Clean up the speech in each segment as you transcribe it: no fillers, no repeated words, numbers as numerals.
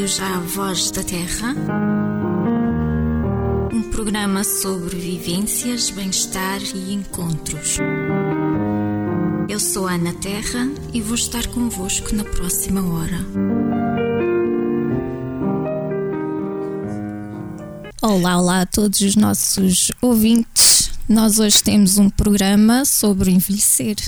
bem-vindos à Voz da Terra, um programa sobre vivências, bem-estar e encontros. Eu sou a Ana Terra e vou estar convosco na próxima hora. Olá a todos os nossos ouvintes. Nós hoje temos um programa sobre envelhecer.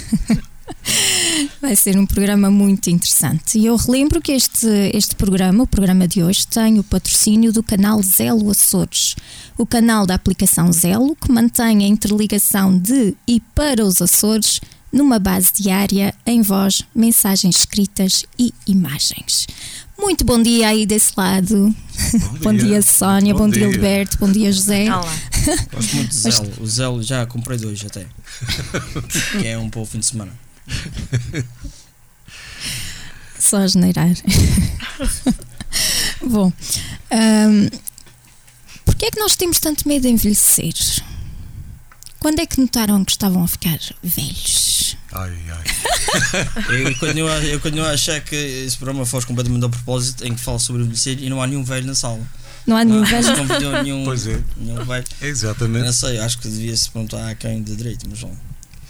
Vai ser um programa muito interessante. E eu relembro que este programa, o programa de hoje, tem o patrocínio do canal Zelo Açores, o canal da aplicação Zelo, que mantém a interligação de e para os Açores numa base diária em voz, mensagens escritas e imagens. Muito bom dia aí desse lado. Bom dia Sónia, bom dia Alberto, bom dia José. Olá. Gosto muito de Zelo. O Zelo já comprei 2 até. Que é um para o fim de semana. Só a geneirar. Bom, porquê é que nós temos tanto medo de envelhecer? Quando é que notaram que estavam a ficar velhos? Eu continuo a achar que esse programa foge completamente ao propósito, em que fala sobre envelhecer e não há nenhum velho na sala. Não há nenhum velho? Pois é. Nenhum velho. Exatamente. Não sei, acho que devia-se perguntar a quem de direito, mas não.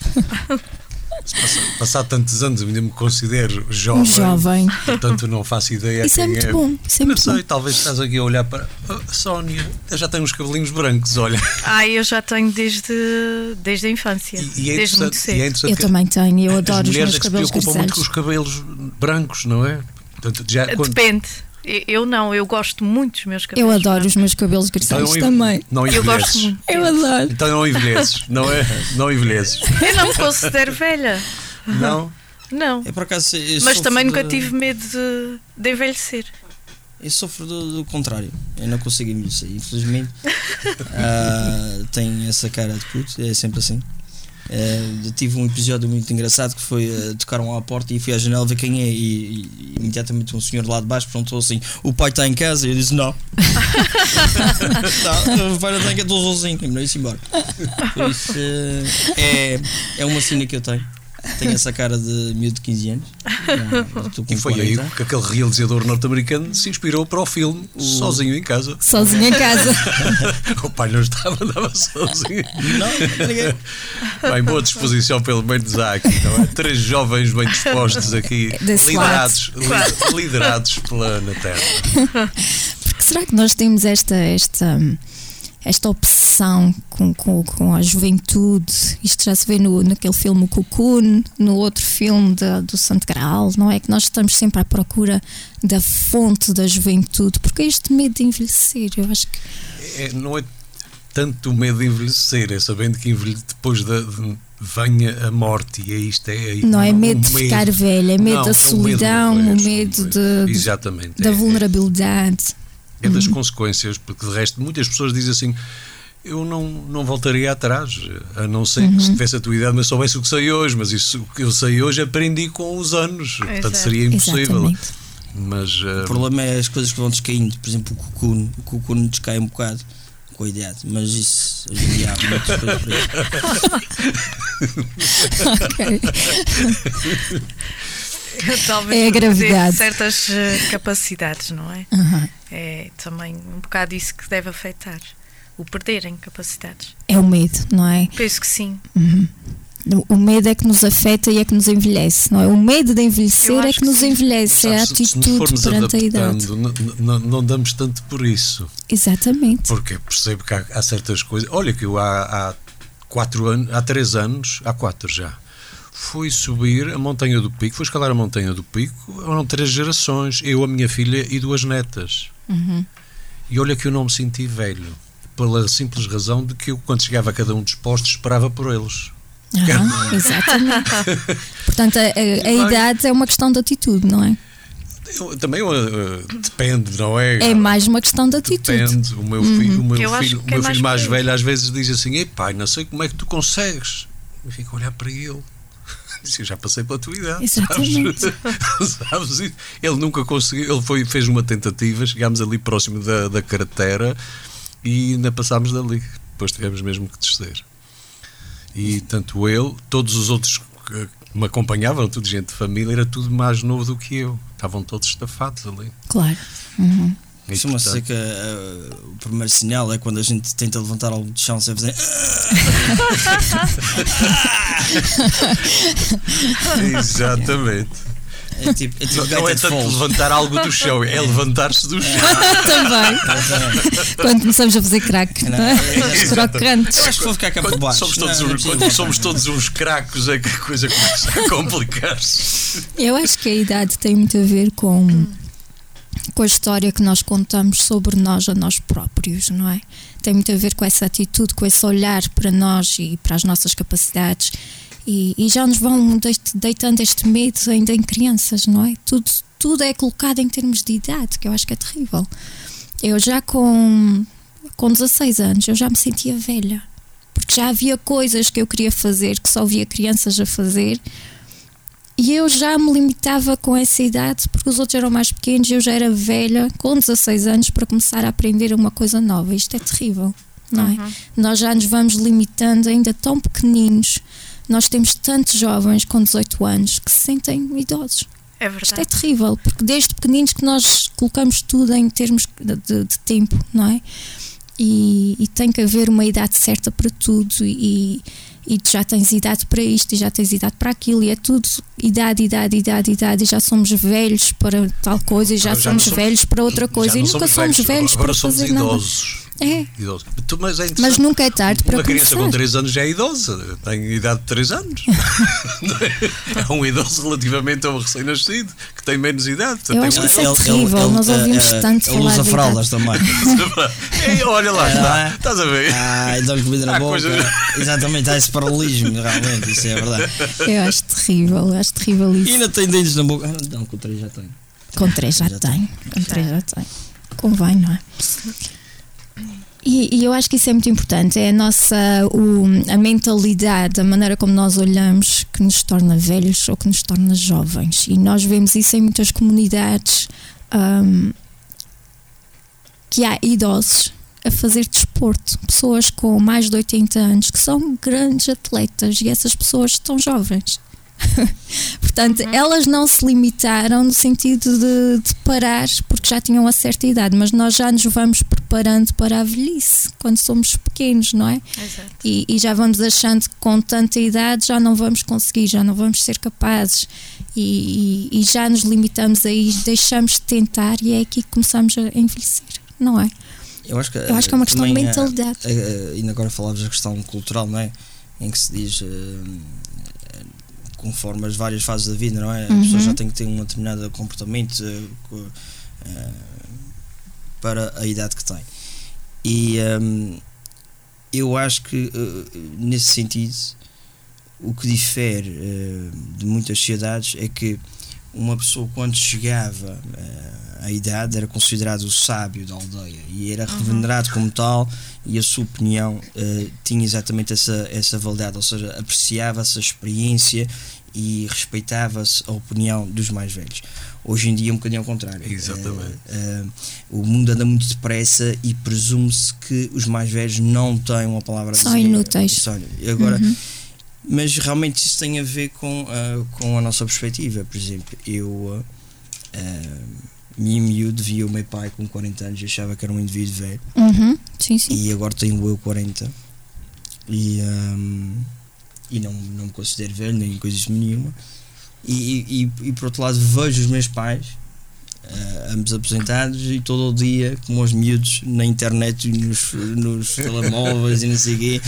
Passado tantos anos, eu ainda me considero jovem. Um jovem. Portanto, não faço ideia isso quem é muito bom. Isso é muito não sei, bom. talvez estás aqui a olhar para Sónia, já tem uns cabelinhos brancos, olha. Eu já tenho desde a infância. Desde muito cedo. Eu também tenho, eu adoro os meus cabelos grisalhos. As mulheres se preocupam muito com os cabelos brancos, não é? Portanto, Depende. Eu não, eu gosto muito dos meus cabelos. Eu adoro os meus cabelos grisalhos também. Não eu gosto muito. Eu adoro. Então não envelheces, não é? Não envelheces. Eu não me considero velha. Não? Não. Por acaso, mas também nunca tive medo de envelhecer. Eu sofro do contrário. Eu não consigo envelhecer. Infelizmente, tenho essa cara de puto. É sempre assim. Tive um episódio muito engraçado que foi tocaram à porta e fui à janela ver quem é e imediatamente um senhor lá de baixo perguntou assim: o pai está em casa? E eu disse: não. Não, o pai não está em casa, estou sozinho. E me disse embora. Por isso, é uma cena que eu tenho. Tenho essa cara de miúdo de 15 anos. E foi 40. Aí que aquele realizador norte-americano se inspirou para o filme Sozinho em Casa. Sozinho em casa. O pai não andava sozinho. Não, ninguém. Bem, boa disposição pelo menos há aqui, não é? 3 jovens bem dispostos aqui, liderados pela Ana Terra. Porque será que nós temos esta obsessão com a juventude? Isto já se vê naquele filme O Cocoon, no outro filme do Santo Graal, não é? Que nós estamos sempre à procura da fonte da juventude. Porque este medo de envelhecer, eu acho que... não é tanto o medo de envelhecer, é sabendo que depois venha a morte e é isto. Não é medo de ficar velho, é medo da solidão, o medo da vulnerabilidade. É das consequências, porque de resto muitas pessoas dizem assim: eu não voltaria atrás, a não ser que se tivesse a tua idade, mas soubesse o que sei hoje, mas isso que eu sei hoje aprendi com os anos, portanto seria impossível. Mas, o problema é as coisas que vão descaindo, por exemplo o cocoon descai um bocado com a idade, mas isso hoje em dia há muitas coisas para isso. Talvez é a gravidade. Certas capacidades, não é? Uhum. É também um bocado isso que deve afetar, o perderem capacidades. É o medo, não é? Penso que sim. Uhum. O medo é que nos afeta e é que nos envelhece, não é? O medo de envelhecer é que nos envelhece, é a atitude perante a idade. Não damos tanto por isso. Exatamente. Porque percebo que há certas coisas. Olha, que eu há 3 anos, há 4 já, fui subir a Montanha do Pico, fui escalar a Montanha do Pico, eram 3 gerações, eu, a minha filha e 2 netas. Uhum. E olha que eu não me senti velho, pela simples razão de que eu, quando chegava a cada um dos postos, esperava por eles. Exatamente. Portanto, a idade é uma questão de atitude, não é? Também depende, não é? É mais uma questão de atitude. Depende. O meu filho mais velho às vezes diz assim: ei pai, não sei como é que tu consegues. Eu fico a olhar para ele. Eu já passei pela tua idade. Exatamente. Sabes? Ele nunca conseguiu. Ele fez uma tentativa, chegámos ali próximo da cratera e ainda passámos dali. Depois tivemos mesmo que descer. E tanto ele, todos os outros me acompanhavam, tudo gente de família, era tudo mais novo do que eu. Estavam todos estafados ali. Claro. Costuma-se dizer que o primeiro sinal é quando a gente tenta levantar algo de chão sem fazer. Exatamente. É tipo não é tanto levantar algo do chão, é levantar-se do chão. Também. Quando começamos a fazer crack, os crocantes. Eu acho que vou ficar cá por baixo. Quando somos todos uns cracos, é que a coisa começa a complicar-se. Eu acho que a idade tem muito a ver com a história que nós contamos sobre nós a nós próprios, não é? Tem muito a ver com essa atitude, com esse olhar para nós e para as nossas capacidades. E já nos vão deitando este medo ainda em crianças, não é? Tudo é colocado em termos de idade, que eu acho que é terrível. Eu já com 16 anos, eu já me sentia velha, porque já havia coisas que eu queria fazer, que só via crianças a fazer, e eu já me limitava com essa idade, porque os outros eram mais pequenos e eu já era velha, com 16 anos, para começar a aprender uma coisa nova. Isto é terrível, não é? Nós já nos vamos limitando ainda tão pequeninos. Nós temos tantos jovens com 18 anos que se sentem idosos. É verdade. Isto é terrível, porque desde pequeninos que nós colocamos tudo em termos de tempo, não é? E tem que haver uma idade certa para tudo, e tu já tens idade para isto e já tens idade para aquilo, e é tudo idade, e já somos velhos para tal coisa, e já somos velhos para outra coisa, e nunca somos velhos para fazer nada. Agora somos idosos. É. Mas nunca é tarde para começar. Uma criança com 3 anos já é idosa, tem idade de 3 anos. É um idoso relativamente a um recém-nascido que tem menos idade. Eu acho que isso é terrível, nós ouvimos tanto falar. Ele usa fraldas também. Olha lá, estás a ver? Dá-lhe comida na boca. Exatamente, há esse paralelismo, realmente, isso é verdade. Eu acho terrível isso. E ainda tem dentes na boca? Não, com 3 já tem. Com 3 já tem. Convém, não é? E eu acho que isso é muito importante. É a mentalidade, a maneira como nós olhamos, que nos torna velhos ou que nos torna jovens. E nós vemos isso em muitas comunidades, que há idosos a fazer desporto, pessoas com mais de 80 anos que são grandes atletas, e essas pessoas estão jovens. Portanto, elas não se limitaram no sentido de parar porque já tinham uma certa idade, mas nós já nos vamos preparando para a velhice quando somos pequenos, não é? Exato. E já vamos achando que com tanta idade já não vamos conseguir, já não vamos ser capazes, e já nos limitamos aí, deixamos de tentar, e é aqui que começamos a envelhecer, não é? Eu acho que é uma questão de mentalidade. Ainda agora falavas da questão cultural, não é? Em que se diz conforme as várias fases da vida, não é? A pessoa já tem que ter um determinado comportamento para a idade que tem. E eu acho que nesse sentido o que difere de muitas sociedades é que uma pessoa, quando chegava à idade, era considerado o sábio da aldeia e era revenerado como tal, e a sua opinião tinha exatamente essa validade, ou seja, apreciava-se a experiência e respeitava-se a opinião dos mais velhos. Hoje em dia é um bocadinho ao contrário. Exatamente. O mundo anda muito depressa e presume-se que os mais velhos não têm uma palavra a dizer. São inúteis. Agora, mas realmente isso tem a ver com a nossa perspectiva. Por exemplo, eu miúdo via o meu pai com 40 anos e achava que era um indivíduo velho. Sim. E agora tenho eu 40 e não me considero velho nem coisas nenhuma. E por outro lado vejo os meus pais ambos aposentados e todo o dia como os miúdos na internet e nos telemóveis e não sei o quê.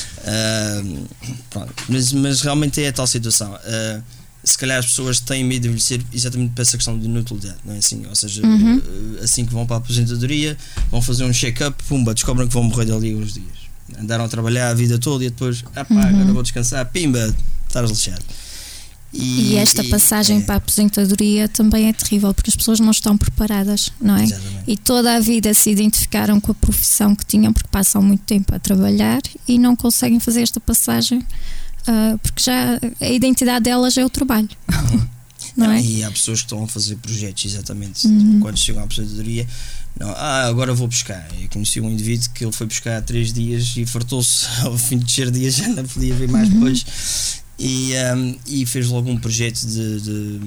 Mas realmente é a tal situação. Se calhar as pessoas têm medo de envelhecer exatamente por essa questão de inutilidade, não é assim? Ou seja, assim que vão para a aposentadoria, vão fazer um check-up, pumba, descobrem que vão morrer dali uns dias. Andaram a trabalhar a vida toda e depois, agora vou descansar, pimba, estás lixado. E esta passagem para a aposentadoria também é terrível, porque as pessoas não estão preparadas, não é? Exatamente. E toda a vida se identificaram com a profissão que tinham, porque passam muito tempo a trabalhar e não conseguem fazer esta passagem, porque já a identidade delas é o trabalho. Não é? E há pessoas que estão a fazer projetos exatamente quando chegam à aposentadoria. Não, agora vou pescar. Eu conheci um indivíduo que ele foi pescar há 3 dias e fartou-se ao fim de 3 dias, já não podia ver mais depois. e fez logo um projeto de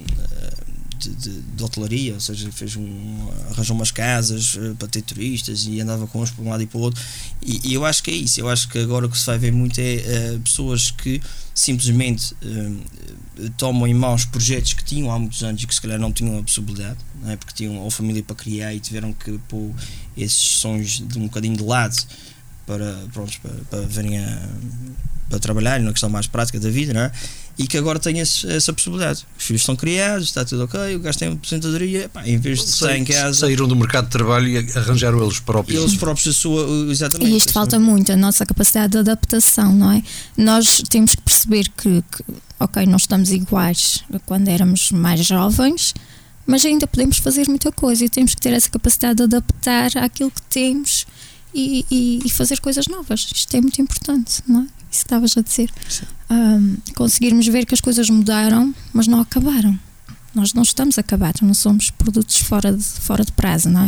hotelaria, ou seja, arranjou umas casas para ter turistas e andava com uns para um lado e para o outro, e eu acho que é isso. Eu acho que agora o que se vai ver muito é pessoas que simplesmente tomam em mãos projetos que tinham há muitos anos e que se calhar não tinham a possibilidade, não é? Porque tinham ou família para criar e tiveram que pôr esses sonhos de um bocadinho de lado para verem para trabalhar na questão mais prática da vida, não é? E que agora têm essa possibilidade. Os filhos estão criados, está tudo ok, o gajo tem uma aposentadoria, em vez de estar em casa, saíram do mercado de trabalho e arranjaram eles próprios a sua, exatamente. E isto falta muito, a nossa capacidade de adaptação, não é? Nós temos que perceber que ok, não estamos iguais a quando éramos mais jovens, mas ainda podemos fazer muita coisa e temos que ter essa capacidade de adaptar àquilo que temos e fazer coisas novas. Isto é muito importante, não é? Isso que estavas a dizer. Conseguirmos ver que as coisas mudaram, mas não acabaram. Nós não estamos acabados, não somos produtos fora de prazo, não é?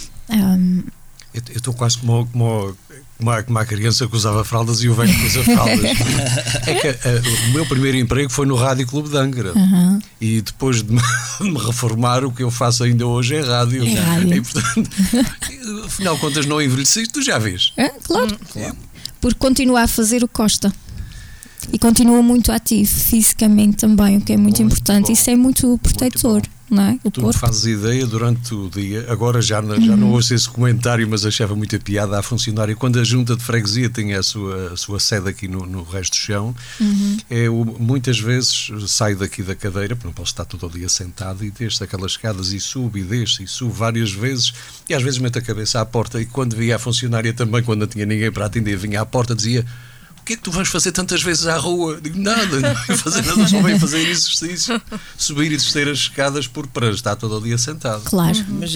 Eu estou quase como a criança que usava fraldas e o velho que usa fraldas. É que o meu primeiro emprego foi no Rádio Clube de Angra. E depois de me reformar, o que eu faço ainda hoje é rádio. E portanto, afinal de contas, não envelheceste, tu já vês. Claro. Porque continua a fazer o Costa e continua muito ativo fisicamente também, o que é muito importante. Bom. Isso é muito protetor, não é? Tu não fazes ideia durante o dia. Agora já não ouço esse comentário, mas achava muita piada à funcionária. Quando a junta de freguesia tem a sua sede aqui no resto do chão, eu muitas vezes saio daqui da cadeira, porque não posso estar todo o dia sentado, e desço aquelas escadas e subo e desço e subo várias vezes, e às vezes meto a cabeça à porta, e quando via a funcionária também, quando não tinha ninguém para atender, vinha à porta, dizia: o que é que tu vais fazer tantas vezes à rua? Digo: nada, não venho fazer nada, só venho fazer exercício, subir e descer as escadas para estar todo o dia sentado. Claro. Mas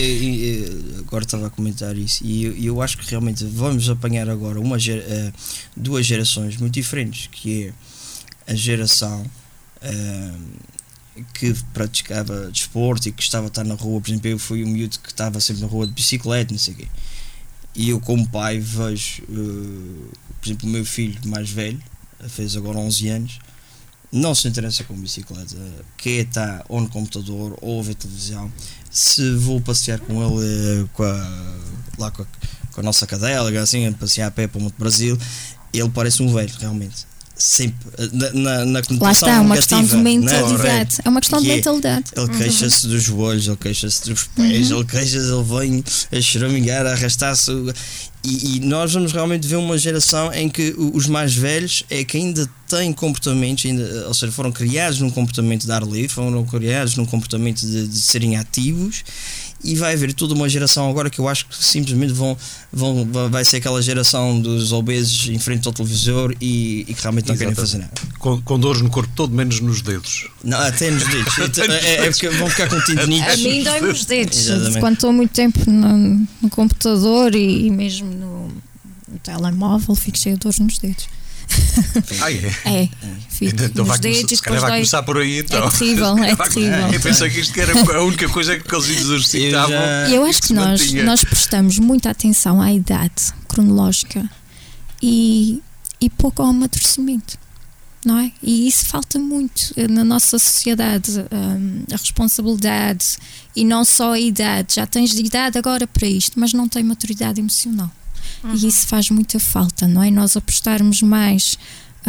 agora estava a comentar isso, e eu acho que realmente vamos apanhar agora duas gerações muito diferentes, que é a geração que praticava desporto e que estava a estar na rua. Por exemplo, eu fui um miúdo que estava sempre na rua de bicicleta, não sei o quê. E eu, como pai, vejo, por exemplo, o meu filho mais velho, fez agora 11 anos, não se interessa com bicicleta, quer estar ou no computador ou a ver televisão. Se vou passear com ele com a nossa cadela, assim, passear a pé para o Monte Brasil, ele parece um velho, realmente. Sempre na conotação lá está, é uma negativa, questão de mentalidade. É uma questão de mentalidade. Ele queixa-se dos joelhos, ele queixa-se dos pés, ele vem a choramingar, a arrastar-se. E nós vamos realmente ver uma geração em que os mais velhos é que ainda têm comportamentos, ou seja, foram criados num comportamento de ar livre, foram criados num comportamento de serem ativos. E vai haver toda uma geração agora que eu acho que simplesmente vai ser aquela geração dos obesos em frente ao televisor e que realmente não querem fazer nada. Com dores no corpo todo, menos nos dedos. Não, até nos dedos. É porque vão ficar com tendinites. A mim dói-me os dedos. Quando estou muito tempo no computador e mesmo no telemóvel, fico cheio de dores nos dedos. Fico então nos dedos. Se calhar vai começar por aí, então. É terrível. Eu pensei que isto era a única coisa que eles exercitavam. Eu acho que nós prestamos muita atenção à idade cronológica e pouco ao amadurecimento, não é? E isso falta muito na nossa sociedade, a responsabilidade, e não só a idade. Já tens de idade agora para isto, mas não tem maturidade emocional. E isso faz muita falta, não é? Nós apostarmos mais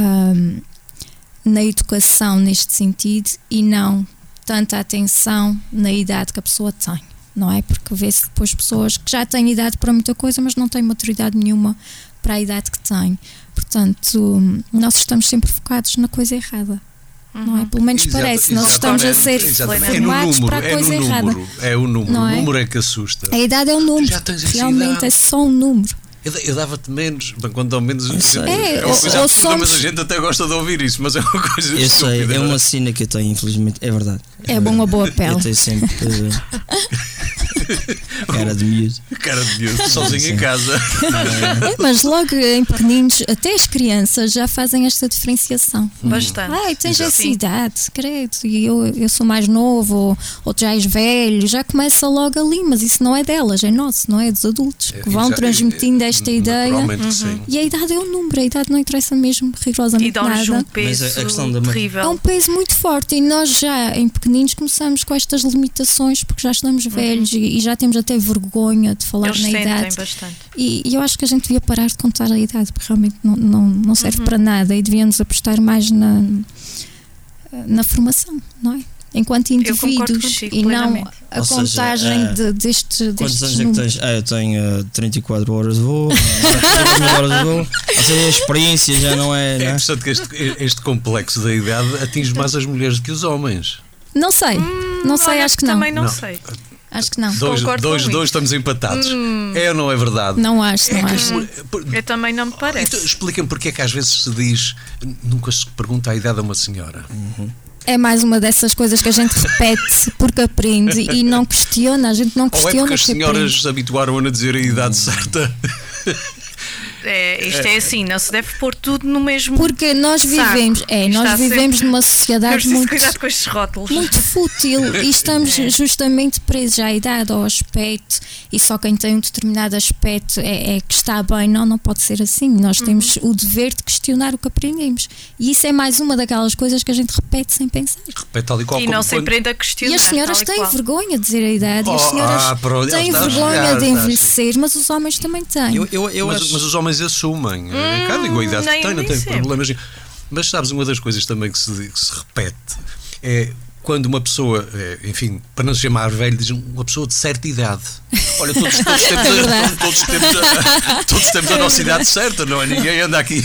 na educação neste sentido e não tanta atenção na idade que a pessoa tem, não é? Porque vê-se depois pessoas que já têm idade para muita coisa, mas não têm maturidade nenhuma para a idade que têm. Portanto, nós estamos sempre focados na coisa errada. Não é? Pelo menos parece, nós estamos a ser formados para a coisa errada. É o número, o número é que assusta. A idade é um número, realmente é só um número. Eu dava-te menos, quando dão menos. É uma coisa absurda, mas a gente até gosta de ouvir isso, mas é uma coisa eu estúpida. Sei, é uma sina que eu tenho, infelizmente, é verdade. É bom, uma boa pele. Eu tenho sempre cara de miúdo. Cara de miúdo, sozinho em casa. Mas logo em pequeninos, até as crianças já fazem esta diferenciação. Bastante. Ai, tens essa Sim. idade, credo, e eu sou mais novo, ou tu já és velho, já começa logo ali, mas isso não é delas, é nosso, não é dos adultos, que vão transmitindo esta ideia. Naturalmente, sim. E a idade é um número, a idade não interessa mesmo rigorosamente E dá-nos um nada. peso Mas a questão da- terrível. É um peso muito forte e nós já em pequeninos começamos com estas limitações porque já estamos velhos e já temos até vergonha de falar Eles na sentem idade. bastante. E eu acho que a gente devia parar de contar a idade porque realmente não serve para nada e devíamos apostar mais na formação, não é? Enquanto Eu concordo indivíduos contigo e não plenamente. a Ou seja, contagem destes Quantos anos é que números. tens? Eu tenho 34 horas de voo, 30 horas de voo. Ou seja, a experiência já não é. É Né? interessante que este complexo da idade atinge mais as mulheres do que os homens. Não sei, não sei, Olha, acho que não. Também não Não. sei. Acho que não. Concordo com isso. Dois estamos empatados. É ou não é verdade? Não acho, não acho. Eu também não me parece. Então, explica-me porque é que às vezes se diz, nunca se pergunta a idade a uma senhora. É mais uma dessas coisas que a gente repete porque aprende e não questiona, a gente não Ou é questiona porque as porque senhoras aprende. habituaram a dizer a idade certa? Isto é assim, não se deve pôr tudo no mesmo. Porque nós saco. vivemos, Está nós vivemos sempre- numa É sociedade preciso muito, cuidar com estes rótulos. muito fútil e estamos justamente presos à idade, ao aspecto, e só quem tem um determinado aspecto é que está bem. Não pode ser assim. Nós temos o dever de questionar o que aprendemos. E isso é mais uma daquelas coisas que a gente repete sem pensar. Repete tal e qual E como não se quando- aprende a questionar. E as senhoras tal e têm qual. vergonha de dizer a idade, e as Oh, senhoras pronto, têm está a vergonha chegar, de está a envelhecer, mas os homens também têm. Eu mas, acho. mas os homens assumem. Cá digo a idade que nem tem, não tem sempre. problemas. Mas sabes, uma das coisas também que se repete é quando uma pessoa, enfim, para não se chamar velho, diz uma pessoa de certa idade. Olha, todos verdade. todos temos a nossa idade certa, não é? Ninguém anda aqui.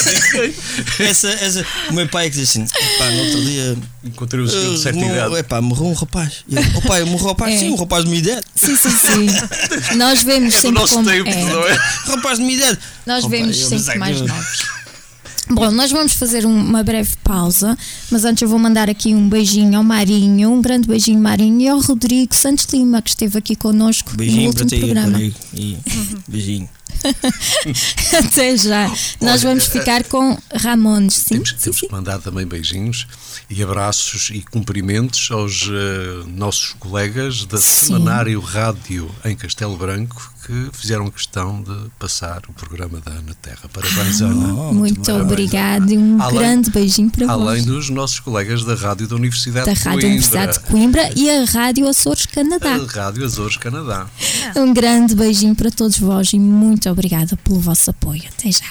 O meu pai é que diz assim: pá, no outro dia. Encontrei o senhor de certa idade. Morreu um rapaz. E eu, pai, morreu um rapaz? É. Sim, um rapaz de minha idade. Sim, sim, sim. Nós vemos É do sempre nosso como tempo, não é? Rapaz de minha idade. Nós Oh, vemos pai, eu sempre pensei mais que- novos. Bom, nós vamos fazer uma breve pausa, mas antes eu vou mandar aqui um beijinho ao Marinho, um grande beijinho Marinho, e ao Rodrigo Santos Lima, que esteve aqui connosco no Beijinho para último ti, programa. Rodrigo. E beijinho. Até já. Nós vamos ficar com Ramones, sim? Temos que mandar também beijinhos e abraços e cumprimentos aos nossos colegas da Sim. Semanário Rádio em Castelo Branco que fizeram questão de passar o programa da Ana Terra. Parabéns, Ana. Muito Parabéns, obrigada Ana. e um Além- grande beijinho para Além vós. dos nossos colegas da Rádio da Universidade Da de Rádio Coimbra. Universidade de Coimbra e a Rádio Açores Canadá. A Rádio Azores Canadá. Um grande beijinho para todos vós e muito obrigada pelo vosso apoio. Até já.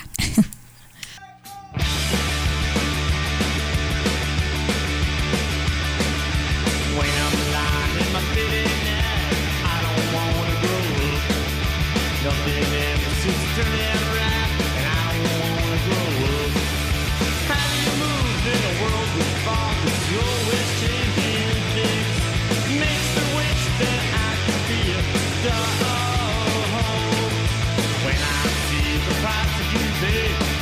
When I'm lying in my bed at night, I don't wanna grow up. Nothing ever seems to turn out right, and I don't wanna grow up. How do you move in a world with fog that's always changing things? Makes me wish that I could be a dog. When I see the price that you pay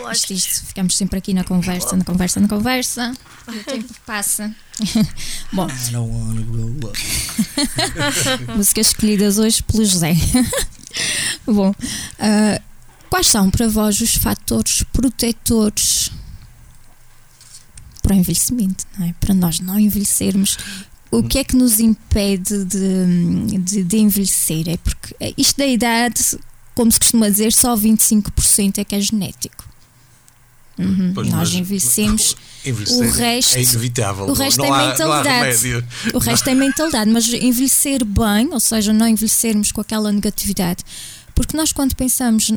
Isto, ficamos sempre aqui na conversa, e o tempo passa. Bom, I don't wanna grow up. músicas escolhidas hoje pelo José. Bom, quais são para vós os fatores protetores para o envelhecimento, não é? Para nós não envelhecermos? O que é que nos impede de envelhecer? É porque isto da idade, como se costuma dizer, só 25% é que é genético. Nós envelhecemos, o resto é inevitável. O resto não é mentalidade. O resto é mentalidade, mas envelhecer bem, ou seja, não envelhecermos com aquela negatividade, porque nós quando pensamos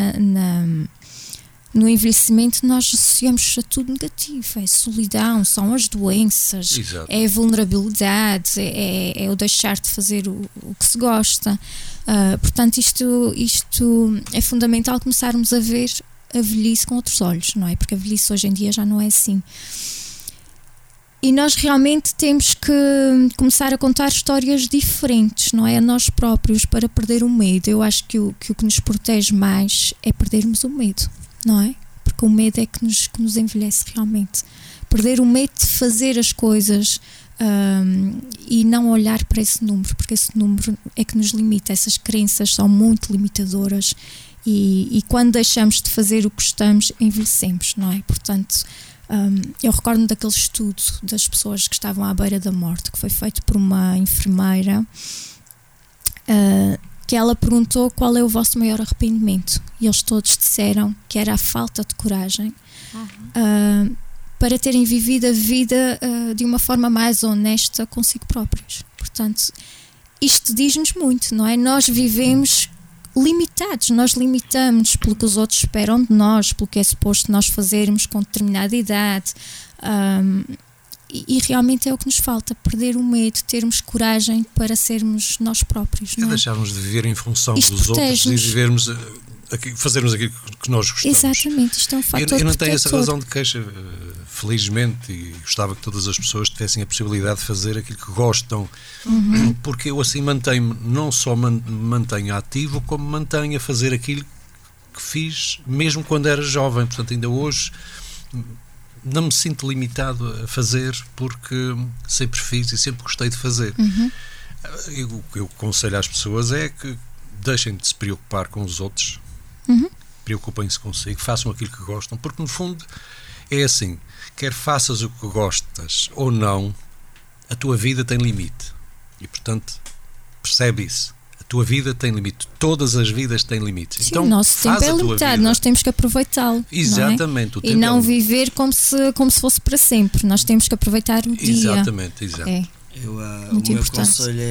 no envelhecimento, nós associamos a tudo negativo. É solidão, são as doenças, Exato. é a vulnerabilidade, é o deixar de fazer o que se gosta. Portanto, isto é fundamental começarmos a ver a velhice com outros olhos, não é? Porque a velhice hoje em dia já não é assim. E nós realmente temos que começar a contar histórias diferentes, não é? A nós próprios, para perder o medo. Eu acho que o que nos protege mais é perdermos o medo, não é? Porque o medo é que nos envelhece realmente. Perder o medo de fazer as coisas e não olhar para esse número, porque esse número é que nos limita. Essas crenças são muito limitadoras e quando deixamos de fazer o que gostamos, envelhecemos, não é? Portanto, eu recordo-me daquele estudo das pessoas que estavam à beira da morte, que foi feito por uma enfermeira, que ela perguntou qual é o vosso maior arrependimento, e eles todos disseram que era a falta de coragem para terem vivido a vida de uma forma mais honesta consigo próprios. Portanto, isto diz-nos muito, não é? Nós vivemos limitados, nós limitamos pelo que os outros esperam de nós, pelo que é suposto nós fazermos com determinada idade, e realmente é o que nos falta, perder o medo, termos coragem para sermos nós próprios, não é? Deixarmos de viver em função Isto dos outros e protege-nos. vivermos fazermos aquilo que nós gostamos. Exatamente, isto é um fator Eu não tenho essa protetor. razão de queixa, felizmente, e gostava que todas as pessoas tivessem a possibilidade de fazer aquilo que gostam, porque eu assim mantenho-me, não só mantenho ativo, como mantenho a fazer aquilo que fiz mesmo quando era jovem. Portanto, ainda hoje não me sinto limitado a fazer, porque sempre fiz e sempre gostei de fazer. O que eu aconselho às pessoas é que deixem de se preocupar com os outros, preocupem-se consigo, façam aquilo que gostam, porque no fundo é assim, quer faças o que gostas ou não, a tua vida tem limite e, portanto, percebe isso. A tua vida tem limite, todas as vidas têm limites. Sim, Então, o nosso faz tempo é a tua limitado, vida. nós temos que aproveitá-lo. Exatamente, não o é? E tempo não é viver como se fosse para sempre. Nós temos que aproveitar o dia. Exatamente, exato. É. O Muito meu importante. conselho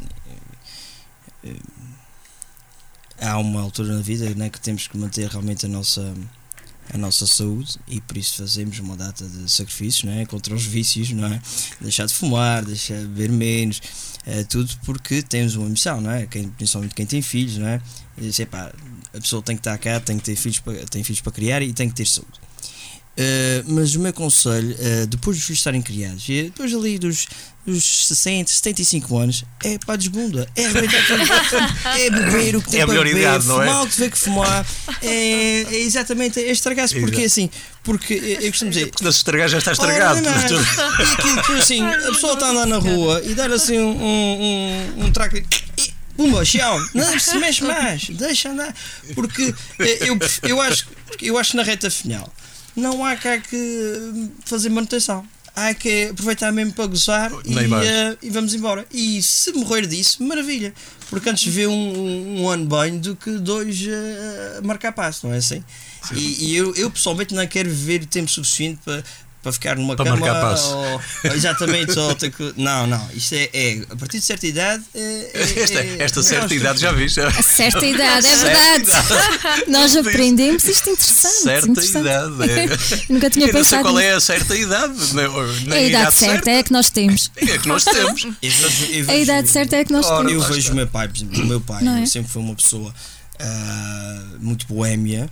há uma altura na vida, né, que temos que manter realmente a nossa saúde, e por isso fazemos uma data de sacrifícios, não é? Contra os vícios, não é? Deixar de fumar, deixar de beber menos, tudo porque temos uma missão, não é? Principalmente quem tem filhos, não é? E diz, epá, a pessoa tem que estar cá, tem que ter filhos para criar e tem que ter saúde. Mas o meu conselho, depois dos filhos estarem criados, e depois ali dos 60, 75 anos, é para a desbunda, é arrebentar tudo, é beber o que tem É a para melhor beber, idade, não é? fumar o que tiver que fumar, é exatamente, é estragar-se, porque assim, porque eu costumo dizer, Porque se estragar já está estragado. ora, não, e aquilo que assim, a pessoa está a andar na rua e dar assim um traco e pumba, chão, não se mexe mais, deixa andar, porque eu acho que na reta final não há cá que fazer manutenção, há que aproveitar mesmo para gozar e vamos embora. E se morrer disso, maravilha, porque antes vê um ano bem do que dois a marcar passo, não é assim? E eu pessoalmente não quero viver tempo suficiente para ficar numa para cama marcar passo. ou exatamente, ou ter que, não, isto é a partir de certa idade esta certa idade já viste? A certa idade, é verdade. Nós aprendemos isto interessante. Certa interessante. idade. Nunca tinha Eu não sei pensado qual nisso. é a certa idade. A idade certa é a que nós temos. É que nós temos. A idade certa é a que nós Ora, temos. Eu vejo o meu pai, por exemplo, o meu pai Não é? sempre foi uma pessoa muito boémia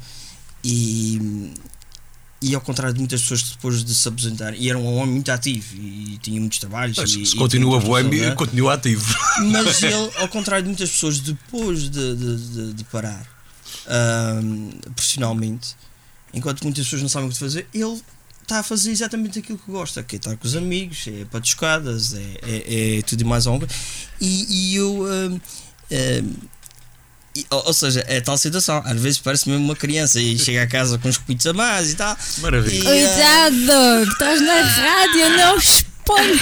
e ao contrário de muitas pessoas que depois de se aposentarem, e era um homem muito ativo e tinha muitos trabalhos. Mas e se continua tinha boêmio, não é? continua ativo. Mas ele, ao contrário de muitas pessoas, depois de parar profissionalmente, enquanto muitas pessoas não sabem o que fazer, ele está a fazer exatamente aquilo que gosta, que é estar com os amigos, é patuscadas, é tudo e mais alguma coisa. E eu. Ou seja, é tal situação, às vezes parece mesmo uma criança e chega a casa com os copitos a mais e tal. Maravilha. Cuidado, que estás na rádio, não exponhas.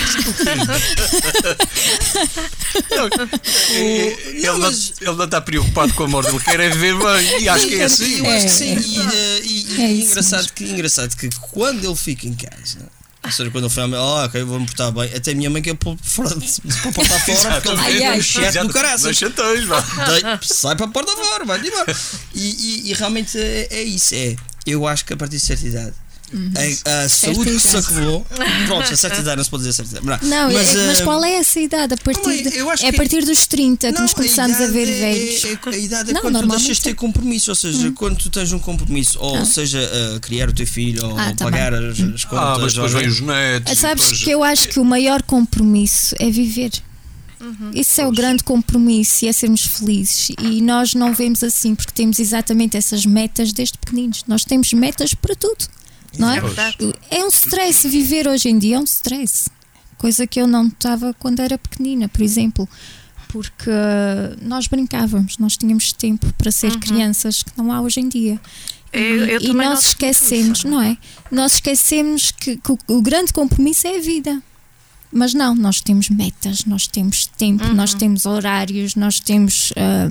Ele não está preocupado com a morte, ele quer é ver bem. E acho que é assim. Eu acho que sim. É E isso engraçado que quando ele fica em casa, ou seja, quando ele fala, ok, vou-me portar bem, até a minha mãe quer pôr fora, para portar fora, porque ele Ai, um chefe do caraças. Não chateios, vá. Sai para a porta fora, vai embora. E realmente é isso. Eu acho que a partir de certa idade, a saúde que se acabou. Pronto, a certa idade não se pode dizer certa idade. Não, mas qual é essa idade? A partir dos 30 que nos começamos a ver velhos. A idade é quando tu deixas de ter compromisso, ou seja, quando tu tens um compromisso, ou seja, criar o teu filho, ou pagar as contas. Mas depois vêm os netos. Sabes que eu acho que o maior compromisso é viver. Isso é o grande compromisso e é sermos felizes. E nós não vemos assim porque temos exatamente essas metas desde pequeninos. Nós temos metas para tudo. Não é? É um stress viver hoje em dia, é um stress. Coisa que eu não notava quando era pequenina, por exemplo. Porque nós brincávamos, nós tínhamos tempo para ser crianças que não há hoje em dia. E nós esquecemos, não é? Nós esquecemos que o grande compromisso é a vida. Mas não, nós temos metas, nós temos tempo, nós temos horários, nós temos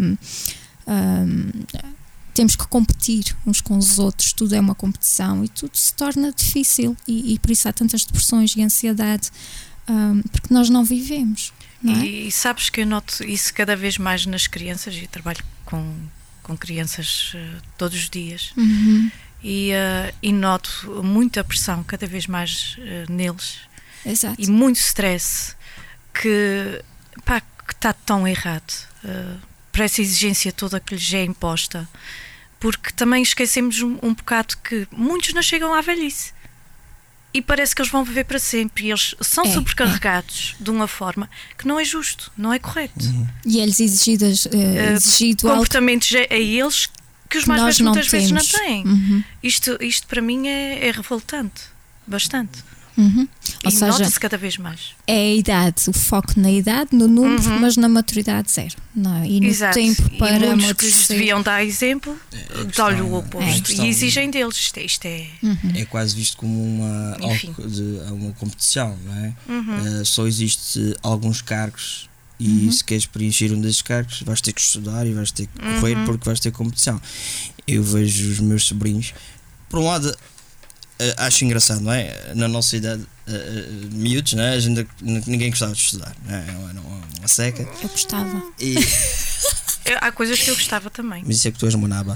que competir uns com os outros, tudo é uma competição e tudo se torna difícil e por isso há tantas depressões e ansiedade, porque nós não vivemos, não é? E sabes que eu noto isso cada vez mais nas crianças, e trabalho com crianças todos os dias, e noto muita pressão cada vez mais neles. Exato. E muito stress que está tão errado, para essa exigência toda que lhes é imposta, porque também esquecemos um bocado que muitos não chegam à velhice e parece que eles vão viver para sempre, e eles são sobrecarregados de uma forma que não é justo, não é correto. E é-lhes exigido comportamentos a eles que os mais velhos muitas vezes não têm. Isto para mim é revoltante, bastante. Ou seja, nota-se cada vez mais. É a idade, o foco na idade, no número, mas na maturidade zero. Não, e no tempo para muitos que lhes deviam dar exemplo, dão-lhe o oposto. E exigem deles. Isto é. É quase visto como uma competição, não é? Só existe alguns cargos. E se queres preencher um desses cargos, vais ter que estudar e vais ter que correr porque vais ter competição. Eu vejo os meus sobrinhos, por um lado, acho engraçado, não é? Na nossa idade, miúdos, não é? Ninguém gostava de estudar, não é? Era uma seca. Eu gostava. Há coisas que eu gostava também. Mas isso é que tu és monaba.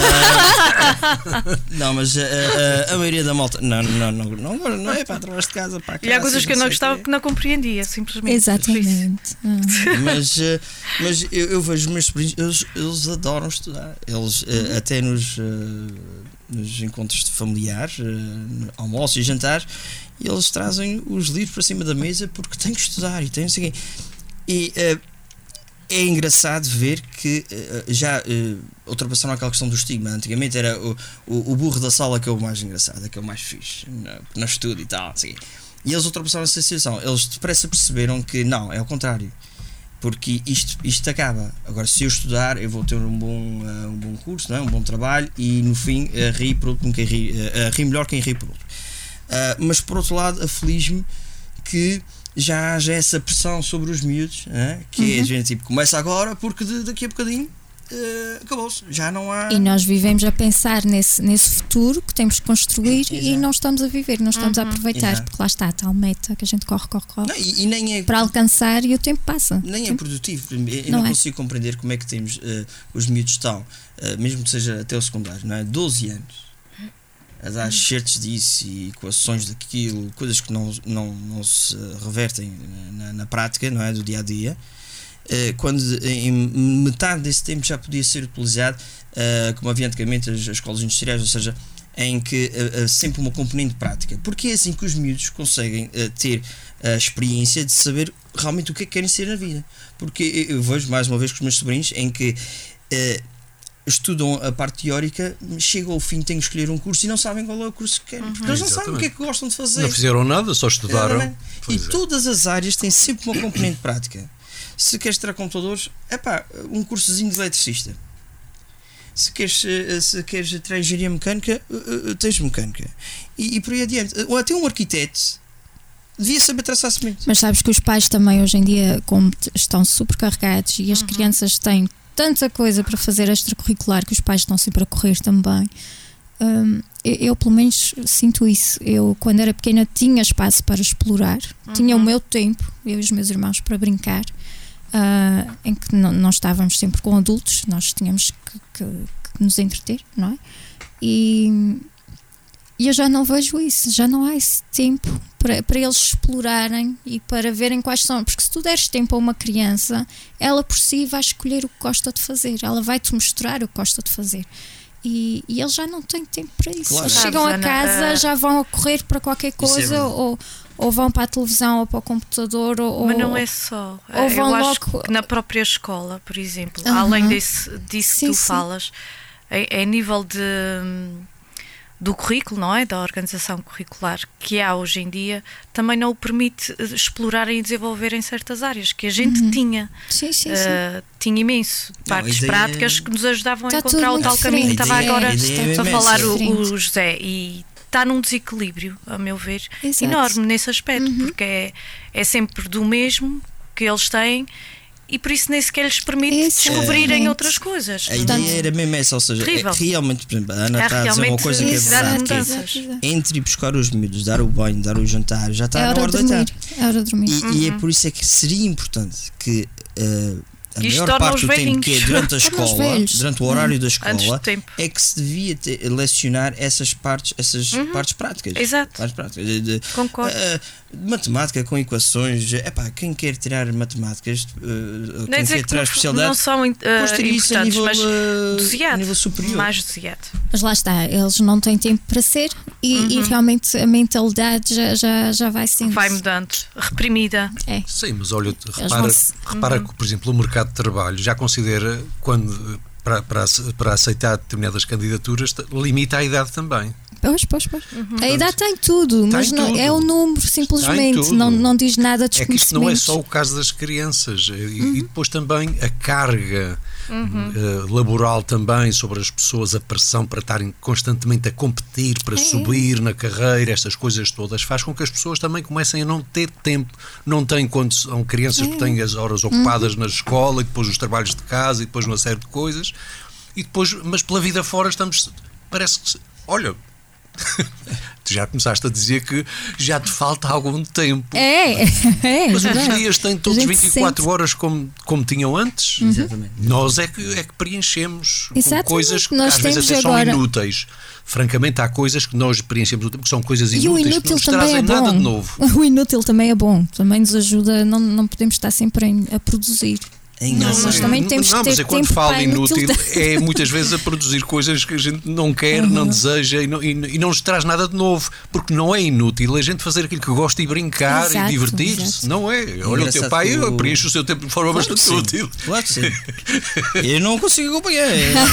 Não, mas a maioria da malta não é para através de casa, para a casa. E há coisas que eu não gostava, que não compreendia, simplesmente. Exatamente. Mas eu vejo os meus sobrinhos, eles adoram estudar. Eles até nos encontros familiares, almoços e jantares, eles trazem os livros para cima da mesa porque têm que estudar e têm não sei o quê. E é engraçado ver que já ultrapassaram aquela questão do estigma. Antigamente era o burro da sala que é o mais engraçado, que é o mais fixe no estudo e tal, assim. E eles ultrapassaram essa situação. Eles depressa perceberam que não, é o contrário, porque isto acaba. Agora, se eu estudar, eu vou ter um bom curso, não é? Um bom trabalho, e no fim ri por último, ri melhor quem ri por último. Mas por outro lado, aflige-me que já haja essa pressão sobre os miúdos, que é a gente tipo, começa agora porque daqui a bocadinho acabou-se, já não há. E nós vivemos a pensar nesse futuro que temos que construir e não estamos a viver, não estamos a aproveitar, porque lá está a tal meta que a gente corre não, e nem é, para alcançar, e o tempo passa. Nem é produtivo. Eu não consigo compreender como é que temos os miúdos estão, mesmo que seja até o secundário, não é? 12 anos a dar certos disso e equações daquilo, coisas que não se revertem na prática, não é? Do dia a dia, quando em metade desse tempo já podia ser utilizado como havia antigamente as escolas industriais, ou seja, em que sempre uma componente prática, porque é assim que os miúdos conseguem ter a experiência de saber realmente o que é que querem ser na vida. Porque eu vejo mais uma vez com os meus sobrinhos em que estudam a parte teórica, chegam ao fim, têm que escolher um curso e não sabem qual é o curso que querem, porque eles não sabem o que é que gostam de fazer. Não fizeram nada, só estudaram. E Pois é. todas as áreas têm sempre uma componente prática. Se queres tirar computadores, um cursozinho de eletricista. Se queres tirar engenharia mecânica, tens mecânica. E por aí adiante. Ou até um arquiteto devia saber traçar semente. Mas sabes que os pais também hoje em dia, como estão supercarregados e as crianças têm tanta coisa para fazer extracurricular que os pais estão sempre a correr também. Eu pelo menos sinto isso. Eu quando era pequena tinha espaço para explorar, tinha o meu tempo, eu e os meus irmãos, para brincar, em que não estávamos sempre com adultos, nós tínhamos que nos entreter, não é? E eu já não vejo isso, já não há esse tempo para eles explorarem e para verem quais são, porque se tu deres tempo a uma criança, ela por si vai escolher o que gosta de fazer, ela vai-te mostrar o que gosta de fazer. E eles já não têm tempo para isso. Claro. Eles chegam a casa, já vão a correr para qualquer coisa, ou vão para a televisão ou para o computador. Mas não é só. Ou vão eu acho logo que na própria escola, por exemplo, além disso que tu falas, é nível do currículo, não é? Da organização curricular que há hoje em dia, também não o permite explorarem e desenvolverem certas áreas que a gente tinha. Sim. Tinha imenso partes práticas que nos ajudavam a encontrar o tal caminho. Estava agora a falar o José e está num desequilíbrio, a meu ver, enorme nesse aspecto, porque é sempre do mesmo que eles têm. E por isso nem sequer lhes permite descobrirem outras coisas. A ideia era mesmo essa, ou seja, realmente, por exemplo, a Ana está a dizer uma coisa que é verdade, que é entre ir buscar os miúdos, dar o banho, dar o jantar, já está na hora de deitar. É hora de dormir. E é por isso é que seria importante que a isto maior parte do tempo velhinhos. que é durante a escola, durante o horário da escola, tempo. é que se devia lecionar essas partes práticas. Exato. Partes práticas. Concordo. Matemática com equações. Quem quer tirar matemáticas, quem quer tirar especialidade, não são importantes, a nível, mas a nível superior. mais desviado. Mas lá está, eles não têm tempo para ser e realmente a mentalidade já vai sendo. Vai mudando, reprimida. Sim, mas olha, repara que, por exemplo, o mercado de trabalho já considera, quando para aceitar determinadas candidaturas, limita a idade também. Pois. A idade tem tudo, mas não, é o número, simplesmente. Não diz nada de desconhecimento. É que isto não é só o caso das crianças. E depois também a carga laboral também sobre as pessoas, a pressão para estarem constantemente a competir, para subir na carreira, estas coisas todas, faz com que as pessoas também comecem a não ter tempo. Não têm, quando são crianças, que têm as horas ocupadas na escola e depois os trabalhos de casa e depois uma série de coisas. E depois, mas pela vida fora parece que, olha, tu já começaste a dizer que já te falta algum tempo. Mas os dias têm todos 24 horas como tinham antes. Exatamente. Nós é que preenchemos com coisas que nós às vezes até agora são inúteis. Francamente, há coisas que nós preenchemos que são coisas e inúteis, o inútil que não nos também trazem é bom. nada de novo. O inútil também é bom, também nos ajuda, não podemos estar sempre a produzir. Nós também temos que ter mas quando tempo falo para inútil é muitas vezes a produzir coisas que a gente não quer, não deseja e não nos traz nada de novo, porque não é inútil a gente fazer aquilo que gosta e brincar e divertir-se, não é? Olha, o teu pai preenche o seu tempo de forma bastante útil. Claro que sim. Eu não consigo acompanhar.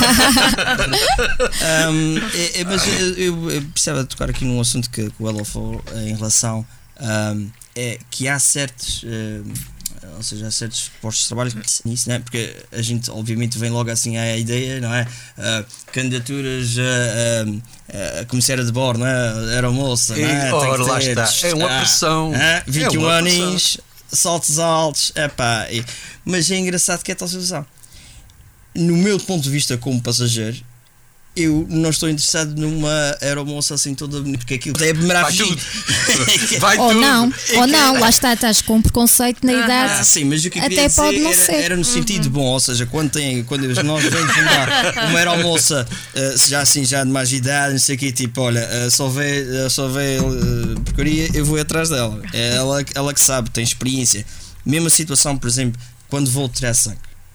Mas eu precisava de tocar aqui num assunto que o Elo falou em relação que há certos. Ou seja, há certos postos de trabalho nisso, não é? Porque a gente obviamente vem logo assim à ideia, não é? Candidaturas a comissária de bordo, não é? Aeromoça, não é? Ora, lá está, é uma pressão. 21 anos, saltos altos, mas é engraçado que é tal situação. No meu ponto de vista como passageiro, eu não estou interessado numa aeromoça assim toda bonita, porque aquilo é tudo. Vai ou tudo. Não, lá estás com um preconceito na idade. Sim, mas o que eu queria até pode não dizer ser. era no sentido bom, ou seja, quando nós vemos uma aeromoça já de mais idade, não sei o quê, tipo, olha, só vê porcaria, eu vou atrás dela. É ela que sabe, tem experiência. Mesma situação, por exemplo, quando vou tirar sangue.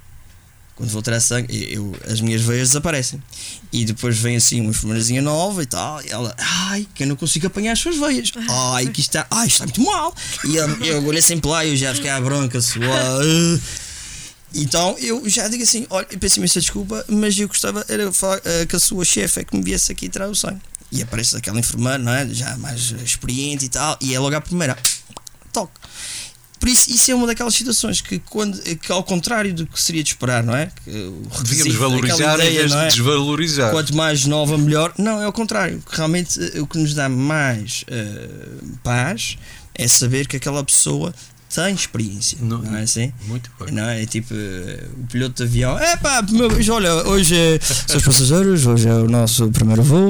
As minhas veias desaparecem. E depois vem assim uma enfermeirazinha nova e tal. E ela, que eu não consigo apanhar as suas veias. Que isto está muito mal. E eu olhei sempre lá e eu já fiquei à bronca, suar. Então eu já digo assim: olha, eu peço imensa desculpa, mas eu gostava era falar que a sua chefe é que me viesse aqui tirar o sangue. E aparece aquela enfermeira, não é? Já mais experiente e tal, e é logo à primeira: toque. Por isso é uma daquelas situações que ao contrário do que seria de esperar, não é? Devíamos valorizar em vez de desvalorizar. Quanto mais nova, melhor. Não, é ao contrário. Realmente o que nos dá mais paz é saber que aquela pessoa tem experiência, não é assim? Muito bem. Não é tipo o piloto de avião. Olha, hoje são os passageiros, hoje é o nosso primeiro voo.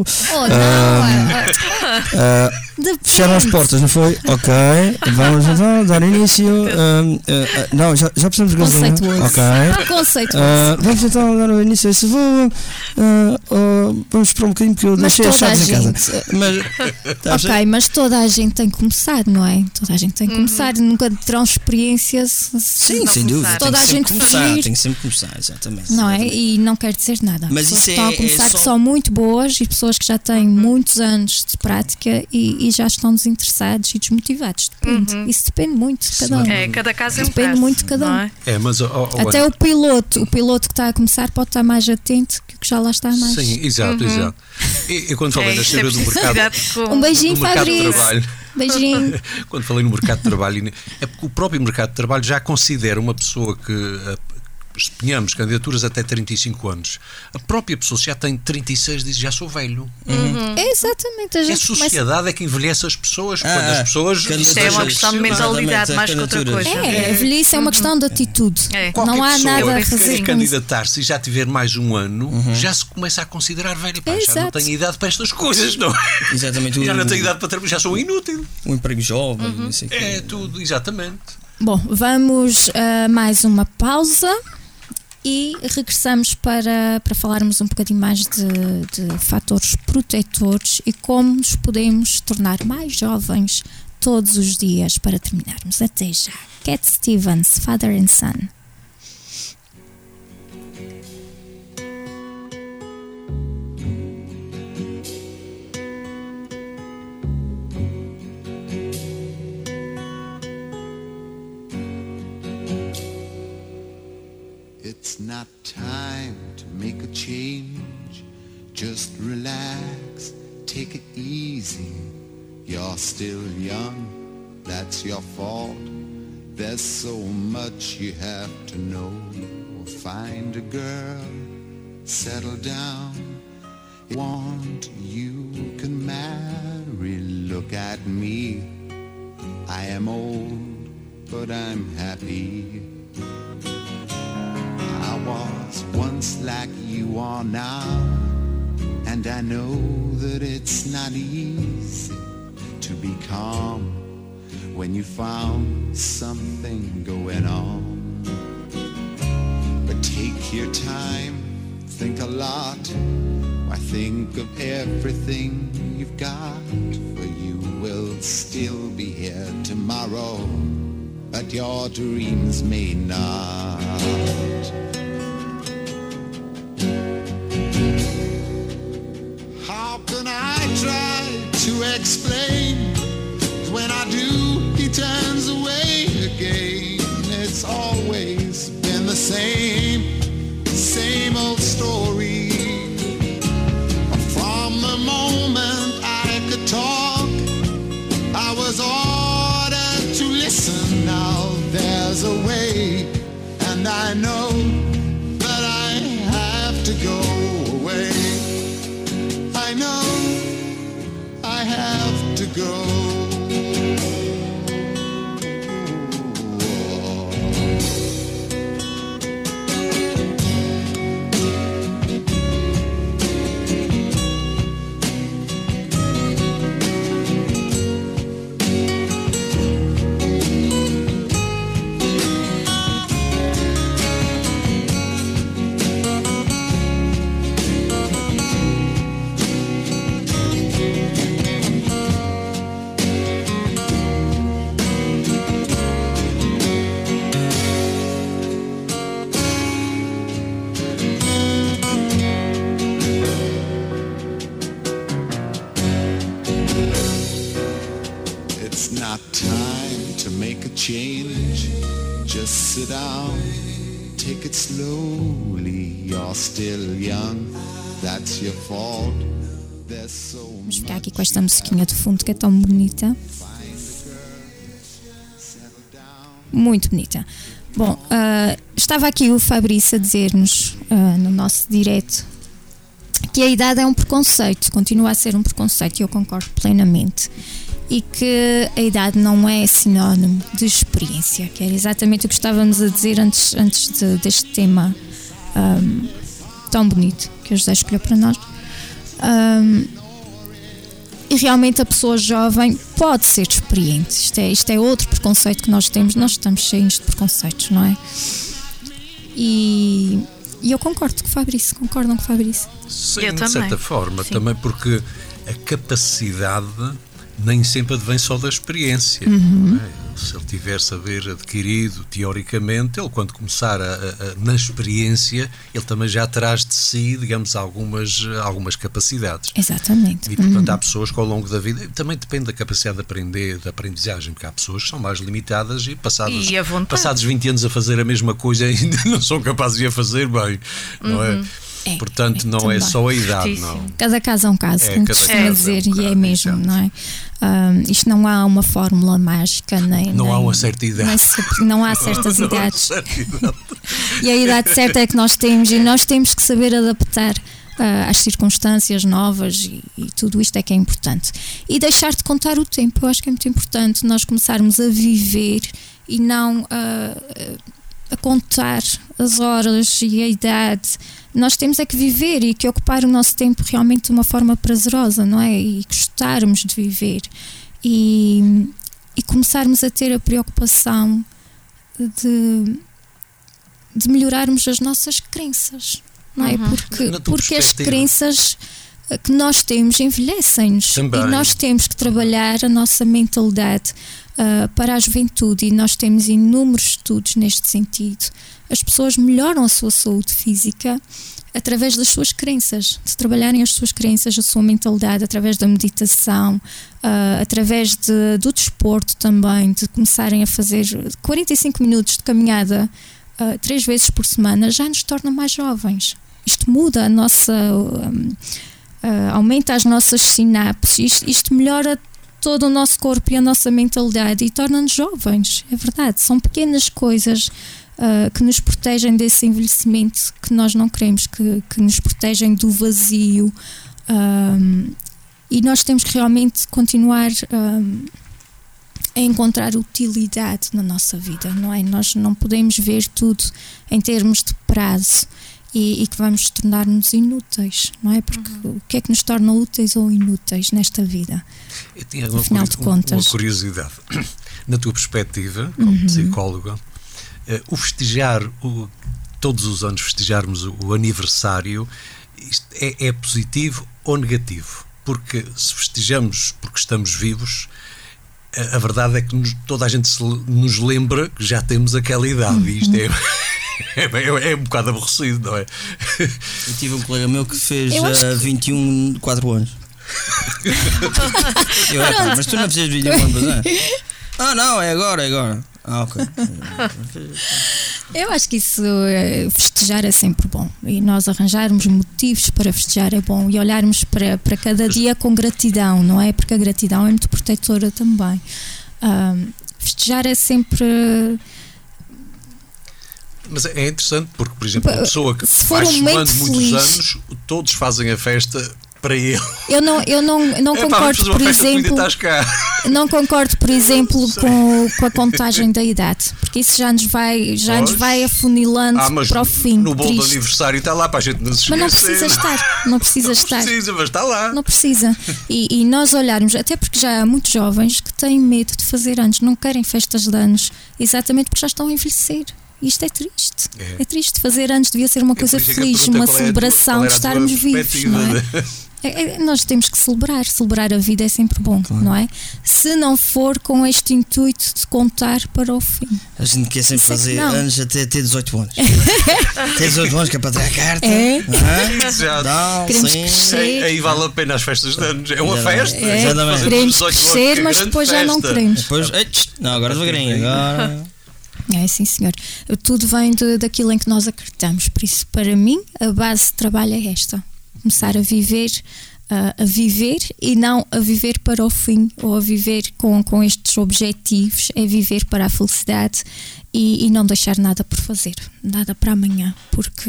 Fecharam as portas, não foi? Ok, vamos então dar início. Não, já precisamos de gasolina. Ok. Vamos então dar início a esse voo. Vamos esperar um bocadinho porque eu deixei as chaves em casa. Mas toda a gente tem que começar, não é? Toda a gente tem que começar. Nunca terão experiência. Sim, sem dúvida. Toda a gente tem que sempre começar, exatamente. Não é? E não quer dizer nada. Mas pessoas isso estão a começar que são muito boas e pessoas que já têm muitos anos de prática e já estão desinteressados e desmotivados. Depende. Isso depende muito de cada um. Cada caso é um depende caso, muito de cada um. não é? Mas, até o piloto que está a começar pode estar mais atento que o que já lá está mais. Sim, exato. E quando falei na história do mercado, um beijinho para a trabalho. Beijinho. Quando falei no mercado de trabalho, é porque o próprio mercado de trabalho já considera uma pessoa que empenhamos candidaturas até 35 anos. A própria pessoa, se já tem 36, diz: já sou velho. É exatamente. A sociedade é que envelhece as pessoas. Quando as pessoas. Isto é uma questão de mentalidade mais que outra coisa. A velhice é uma questão de atitude. Não há nada a fazer. Se candidatar-se e já tiver mais um ano, já se começa a considerar velho. Já não tenho idade para estas coisas, não é? Exatamente. Já não tenho idade para trabalhar, já sou inútil. Um emprego jovem, não sei é tudo, exatamente. Bom, vamos a mais uma pausa. E regressamos para falarmos um bocadinho mais de fatores protetores e como nos podemos tornar mais jovens todos os dias para terminarmos. Até já. Cat Stevens, Father and Son. It's not time to make a change. Just relax, take it easy. You're still young, that's your fault. There's so much you have to know. Find a girl, settle down. If you want, you can marry. Look at me, I am old, but I'm happy. I was once like you are now, and I know that it's not easy to be calm when you found something going on. But take your time, think a lot. Why, think of everything you've got, for you will still be here tomorrow, but your dreams may not. How can I try to explain? When I do, he turns away again. It's always been the same old story. From the moment I could talk, I was ordered to listen. Now there's a way, and I know that I have to go away. I know I have to go. Change, just sit down, take it slowly, you're still young, that's your fault. There's so Vamos ficar aqui com esta musiquinha de fundo que é tão bonita. Muito bonita. Bom, estava aqui o Fabrício a dizer-nos no nosso direto que a idade é um preconceito, continua a ser um preconceito, e eu concordo plenamente. E que a idade não é sinónimo de experiência, que era exatamente o que estávamos a dizer antes deste tema tão bonito que o José escolheu para nós. E realmente a pessoa jovem pode ser experiente. Isto é outro preconceito que nós temos. Nós estamos cheios de preconceitos, não é? E eu concordo com o Fabrício. Concordam com o Fabrício? Sim, Eu de também. certa forma, Sim. também porque a capacidade nem sempre advém só da experiência. Uhum. Não é? Se ele tiver saber adquirido, teoricamente, ele quando começar na experiência, ele também já traz de si, digamos, algumas capacidades. Exatamente. E, portanto, há pessoas que ao longo da vida, também depende da capacidade de aprender, da aprendizagem, porque há pessoas que são mais limitadas e E a vontade. passados 20 anos a fazer a mesma coisa ainda não são capazes de a fazer bem, não é? É, Portanto, não também. é só a idade, Certíssimo. não. Cada caso é um caso, É, como cada costuma caso é um dizer, e é bocado, mesmo, exato. não é? Isto não há uma fórmula mágica, Não há uma certa idade. não há certas Não há idades. certa idade. E a idade certa é que nós temos, e nós temos que saber adaptar às circunstâncias novas, e tudo isto é que é importante. E deixar de contar o tempo, eu acho que é muito importante nós começarmos a viver e não a contar as horas e a idade. Nós temos é que viver e que ocupar o nosso tempo realmente de uma forma prazerosa, não é? E gostarmos de viver e começarmos a ter a preocupação de melhorarmos as nossas crenças, não é? Na tua Porque as perspectiva. crenças que nós temos envelhecem-nos, Também. e nós temos que trabalhar a nossa mentalidade para a juventude, e nós temos inúmeros estudos neste sentido. As pessoas melhoram a sua saúde física através das suas crenças, de trabalharem as suas crenças, a sua mentalidade, através da meditação, através do desporto também, de começarem a fazer 45 minutos de caminhada 3 vezes por semana, já nos torna mais jovens. Isto muda a nossa... aumenta as nossas sinapses, isto melhora todo o nosso corpo e a nossa mentalidade e torna-nos jovens, é verdade. São pequenas coisas que nos protegem desse envelhecimento que nós não queremos, que nos protegem do vazio, e nós temos que realmente continuar a encontrar utilidade na nossa vida, não é? Nós não podemos ver tudo em termos de prazo e que vamos tornar-nos inúteis, não é? Porque o que é que nos torna úteis ou inúteis nesta vida? Eu tinha Afinal de contas. uma curiosidade. Na tua perspectiva, como psicóloga, o festejar, todos os anos festejarmos o aniversário, isto é positivo ou negativo? Porque se festejamos porque estamos vivos, a verdade é que toda a gente nos lembra que já temos aquela idade, e isto é um bocado aborrecido, não é? Eu tive um colega meu que fez Eu acho que- 21, 4 anos. Mas tu não precisas de 21 anos, não é? Ah, não, é agora. Ah, ok. Eu acho que isso, festejar é sempre bom, e nós arranjarmos motivos para festejar é bom, e olharmos para cada dia com gratidão, não é? Porque a gratidão é muito protetora também. Festejar é sempre... Mas é interessante porque, por exemplo, uma pessoa que Se for vai um momento somando muitos feliz. anos, todos fazem a festa para ele. Eu não concordo, por exemplo, não concordo, por exemplo, com a contagem da idade, porque isso já nos vai afunilando mas para o fim. no bolo de triste. aniversário está lá para a gente não se Mas não esquecer. precisa estar, não precisa estar. Não precisa, mas está lá. Não precisa. E nós olharmos, até porque já há muitos jovens que têm medo de fazer anos, não querem festas de anos, exatamente porque já estão a envelhecer. E isto é triste. É. É triste. Fazer anos devia ser uma coisa por isso é que a feliz, pergunta uma qual é a celebração tua- de qual era a tua estarmos vivos. perspectiva, Não é? né? Nós temos que celebrar a vida é sempre bom, não é? Se não for com este intuito de contar para o fim. A gente quer sempre Sei que fazer não. anos até ter 18 anos. Ter 18 anos que é para ter a carta. É. Já. Não, Queremos sim. crescer. Aí vale a pena as festas de anos. É uma Já. festa. É, Exatamente. Fazer queremos 18 anos, crescer, que mas grande depois já não festa. queremos. Depois, não, agora devagarinho. Agora. É, sim, senhor. Tudo vem daquilo em que nós acreditamos. Por isso, para mim, a base de trabalho é esta: começar a viver e não a viver para o fim, ou a viver com estes objetivos. É viver para a felicidade e não deixar nada por fazer, nada para amanhã, porque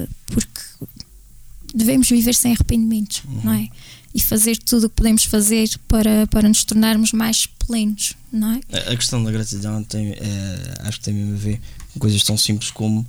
devemos viver sem arrependimentos, não é? E fazer tudo o que podemos fazer para nos tornarmos mais plenos, não é? A questão da gratidão acho que tem mesmo a ver com coisas tão simples como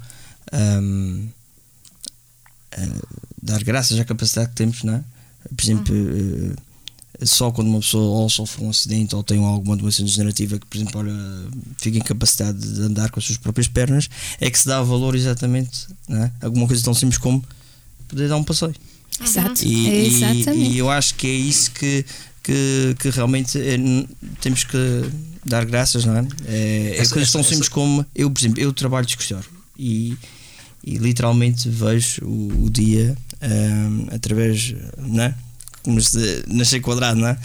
dar graças à capacidade que temos, não é? Por exemplo, só quando uma pessoa ou sofre um acidente ou tem alguma doença degenerativa que, por exemplo, fica incapacidade de andar com as suas próprias pernas, é que se dá valor exatamente, não é? Alguma coisa tão simples como poder dar um passeio. Exato. E eu acho que é isso que realmente temos que dar graças, não é? É coisas tão simples como por exemplo, eu trabalho de escritório e literalmente vejo o dia através, não é? Como se nascer quadrado, não é?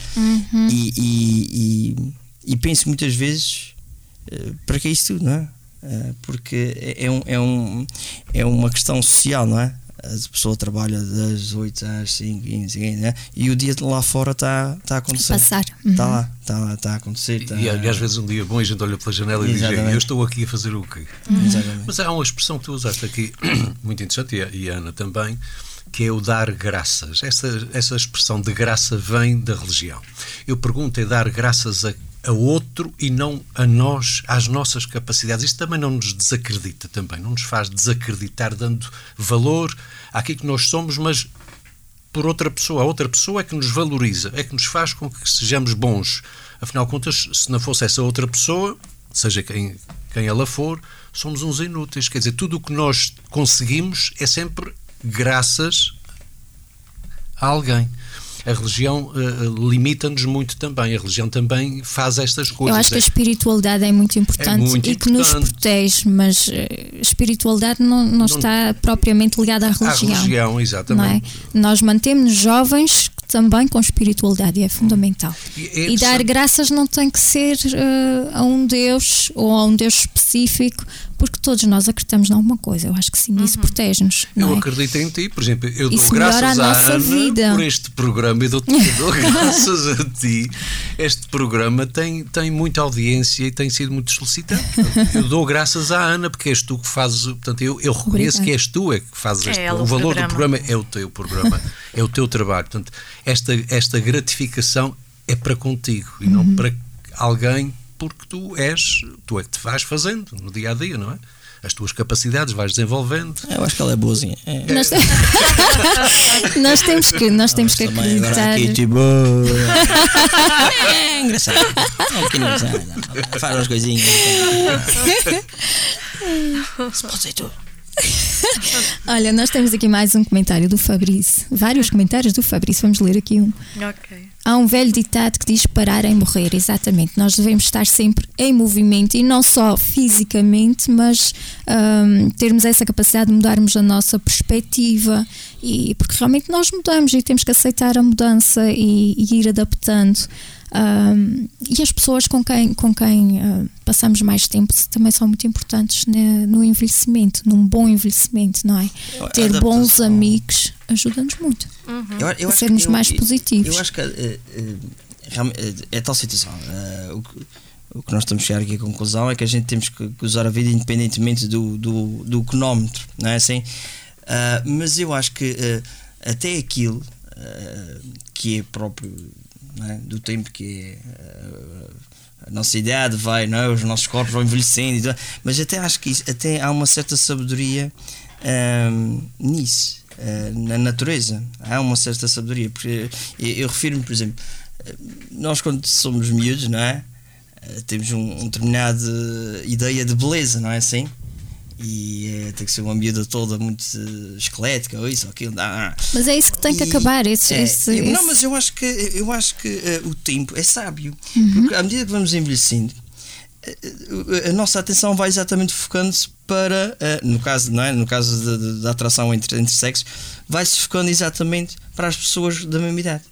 E penso muitas vezes para que é isso tudo, não é? Porque é uma questão social, não é? A pessoa trabalha das 8 às 5, 15, né? E o dia lá fora está a acontecer. Passar. Está a acontecer. E às vezes um dia bom a gente olha pela janela e diz: eu estou aqui a fazer o quê? Mas há uma expressão que tu usaste aqui muito interessante, e a Ana também, que é o dar graças. Essa expressão de graça vem da religião. Eu pergunto: é dar graças a outro e não a nós, às nossas capacidades? Isto também não nos desacredita, também não nos faz desacreditar, dando valor àquilo que nós somos, mas por outra pessoa. A outra pessoa é que nos valoriza, é que nos faz com que sejamos bons. Afinal de contas, se não fosse essa outra pessoa, seja quem ela for, somos uns inúteis. Quer dizer, tudo o que nós conseguimos é sempre graças a alguém. A religião limita-nos muito também. A religião também faz estas coisas. Eu acho que a espiritualidade é muito importante que nos protege, mas a espiritualidade não está propriamente ligada à religião. À religião, exatamente. Não é? Nós mantemos-nos jovens também com espiritualidade, e é fundamental. E dar graças não tem que ser a um Deus ou a um Deus específico, porque todos nós acreditamos em alguma coisa. Eu acho que sim, isso protege-nos. Eu acredito em ti, por exemplo, eu isso dou graças à Ana vida. Por este programa, eu dou graças a ti. Este programa tem muita audiência e tem sido muito solicitado. Eu dou graças à Ana, porque és tu que fazes. Portanto, eu reconheço que és tu que fazes o valor do programa é o teu programa, é o teu trabalho. Portanto, esta gratificação é para contigo e não para alguém, porque tu é que te vais fazendo no dia a dia, não é? As tuas capacidades vais desenvolvendo. Eu acho que ela é boazinha. Nós temos que acreditar. Aqui, tipo, é engraçado. É um pouquinho engraçado. Faz umas coisinhas. Se pode ser tudo. Olha, nós temos aqui mais um comentário do Fabrício. Vários comentários do Fabrício. Vamos ler aqui um. Ok. Há um velho ditado que diz parar em morrer. Exatamente. Nós devemos estar sempre em movimento, e não só fisicamente, mas termos essa capacidade de mudarmos a nossa perspectiva, porque realmente nós mudamos e temos que aceitar a mudança e ir adaptando. E as pessoas com quem passamos mais tempo também são muito importantes, né, no envelhecimento, num bom envelhecimento, não é? Ter bons amigos ajuda-nos muito a sermos mais positivos. Eu acho que é tal situação. O que nós estamos a chegar aqui à conclusão é que a gente temos que usar a vida independentemente do cronómetro, não é assim? Mas eu acho que até aquilo que é próprio, não é, do tempo, que é a nossa idade vai, não é? Os nossos corpos vão envelhecendo, mas até acho que até há uma certa sabedoria nisso, na natureza. Há uma certa sabedoria, porque eu refiro-me, por exemplo, nós quando somos miúdos, não é? Temos uma determinada ideia de beleza, não é assim? E tem que ser uma miúda toda muito esquelética, ou isso, ou aquilo. Mas é isso que tem que acabar. Não, mas eu acho que o tempo é sábio, porque à medida que vamos envelhecendo, a nossa atenção vai exatamente focando-se para, no caso, não é? No caso da atração entre sexos, vai-se focando exatamente para as pessoas da mesma idade.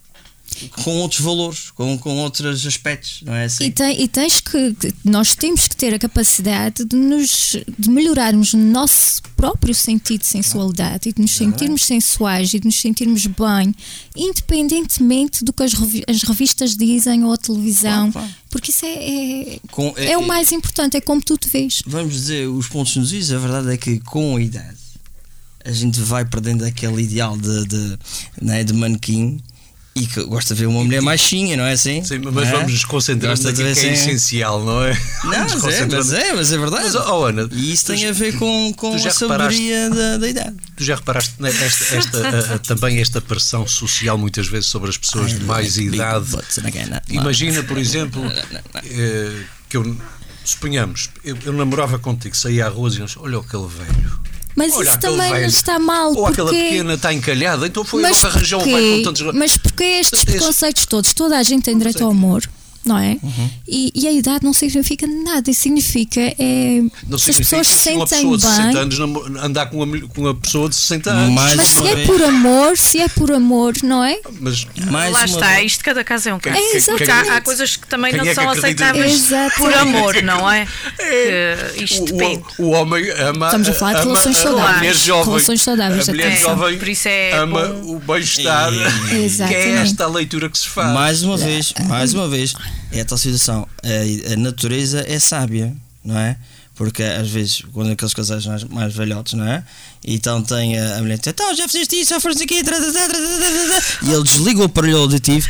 com outros valores, com outros aspectos, não é assim? Nós temos que ter a capacidade de melhorarmos o nosso próprio sentido de sensualidade e de nos sentirmos sensuais e de nos sentirmos bem, independentemente do que as revistas dizem ou a televisão, porque isso é o mais importante, é como tu te vês. Vamos dizer os pontos nos is, a verdade é que com a idade a gente vai perdendo aquele ideal de manequim. E que gosta de ver uma mulher mais chinha, não é assim? Sim, mas vamos nos concentrar naquilo que é essencial, não é? Não, mas é verdade. Mas, Ana, e isso tem a ver com a sabedoria da idade. Tu já reparaste também esta pressão social muitas vezes sobre as pessoas de mais idade? Imagina, por exemplo, que suponhamos, eu namorava contigo, saía à rua e dizia, olha aquele velho. Mas olha, isso também não está mal. Ou aquela pequena está encalhada, então foi logo arranjar um velho com tantos... Mas porque estes preconceitos todos? Toda a gente tem direito ao amor, não é? E a idade não significa nada. Isso significa se as pessoas se sentem bem. Uma pessoa de 60 anos andar com uma pessoa de 60 anos. Mas se é por amor, não é? Mas lá está, isto cada caso é um caso. Há coisas que também não são aceitáveis por amor, não é? Isto depende. O homem ama. Estamos a falar de relações saudáveis. A mulher jovem. Relações saudáveis. A mulher jovem por isso ama o bem-estar. Que é esta a leitura que se faz. Mais uma vez. É a tal situação, a natureza é sábia, não é? Porque às vezes, quando aqueles casais mais velhotes, não é? Então tem a mulher que diz, então já fizeste isso, já foste aqui, e ele desliga o aparelho auditivo,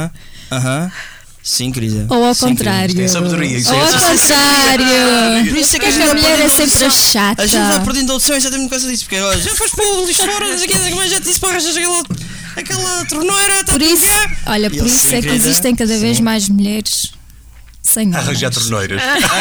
sim, querida. Ou ao contrário. Tem sabedoria. Ou ao contrário. Por isso é que a mulher é sempre chata. A gente vai perdendo audição exatamente por causa disso, porque olha, já foste para o lixo fora, não sei o que, mas já te disse para arranjar aquela torneira. Por isso é que existem cada vez mais mulheres sem nada. Arranjar torneiras.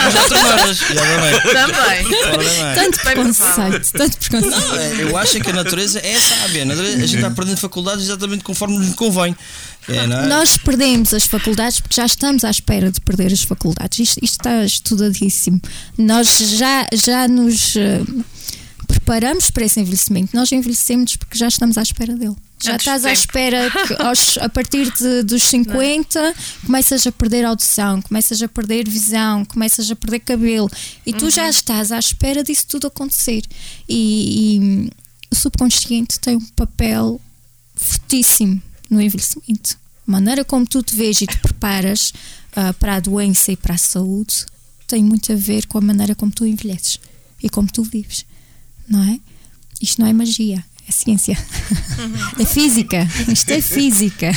Também. Tanto preconceito. Não, eu acho que a natureza é sábia. A gente vai perdendo faculdades exatamente conforme nos convém. Nós perdemos as faculdades porque já estamos à espera de perder as faculdades. Isto está estudadíssimo. Nós já nos preparamos para esse envelhecimento. Nós envelhecemos porque já estamos à espera dele. Já estás à espera que a partir dos 50 começas a perder audição, começas a perder visão, começas a perder cabelo e tu já estás à espera disso tudo acontecer. E o subconsciente tem um papel fortíssimo no envelhecimento. A maneira como tu te vês e te preparas para a doença e para a saúde tem muito a ver com a maneira como tu envelheces e como tu vives, não é? Isto não é magia. É ciência. É física. Isto é física.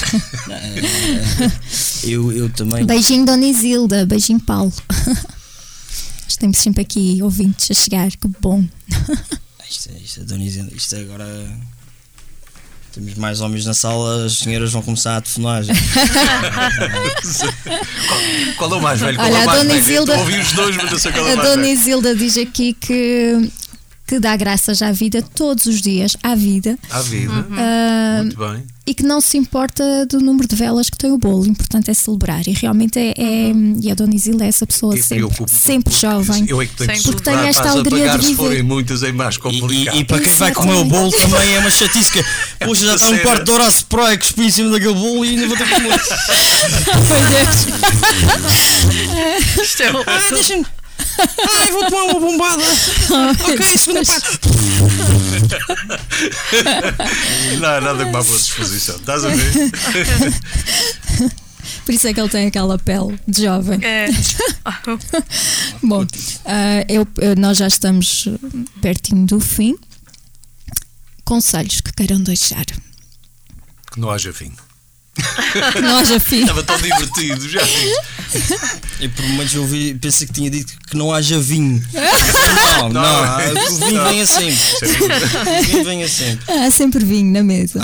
Eu também. Beijinho Dona Isilda, beijinho Paulo. Temos sempre aqui ouvintes a chegar, que bom. Isto é Dona Isilda. Isto é agora. Temos mais homens na sala, as senhoras vão começar a telefonar. Qual é o mais velho? Olha, a Dona Isilda. Ouvi os dois, mas eu sei qual é o mais velho. A Dona Isilda diz aqui que dá graças à vida todos os dias, à vida. À vida, muito bem. E que não se importa do número de velas que tem o bolo, o importante é celebrar. E realmente e a Dona Isilda é essa pessoa sempre jovem. Eu é que tenho que porque tem esta alegria de viver. Se forem muitas é mais complicado. E para quem vai comer o bolo também é uma chatice. Poxa, já está um quarto de hora a soprar e cuspir em cima daquele bolo e ainda vou ter que comer. Isto é deixa-me. Ai, vou tomar uma bombada. Ok, segunda parte. Não há nada com uma boa disposição. Estás a ver? Por isso é que ele tem aquela pele de jovem. Bom, nós já estamos pertinho do fim. Conselhos que queiram deixar. Que não haja fim. Que não haja fim. Estava tão divertido, já vi. E por momentos eu pensei que tinha dito que não haja vinho. Não, o vinho venha sempre. O vinho venha sempre. Há sempre vinho na mesa.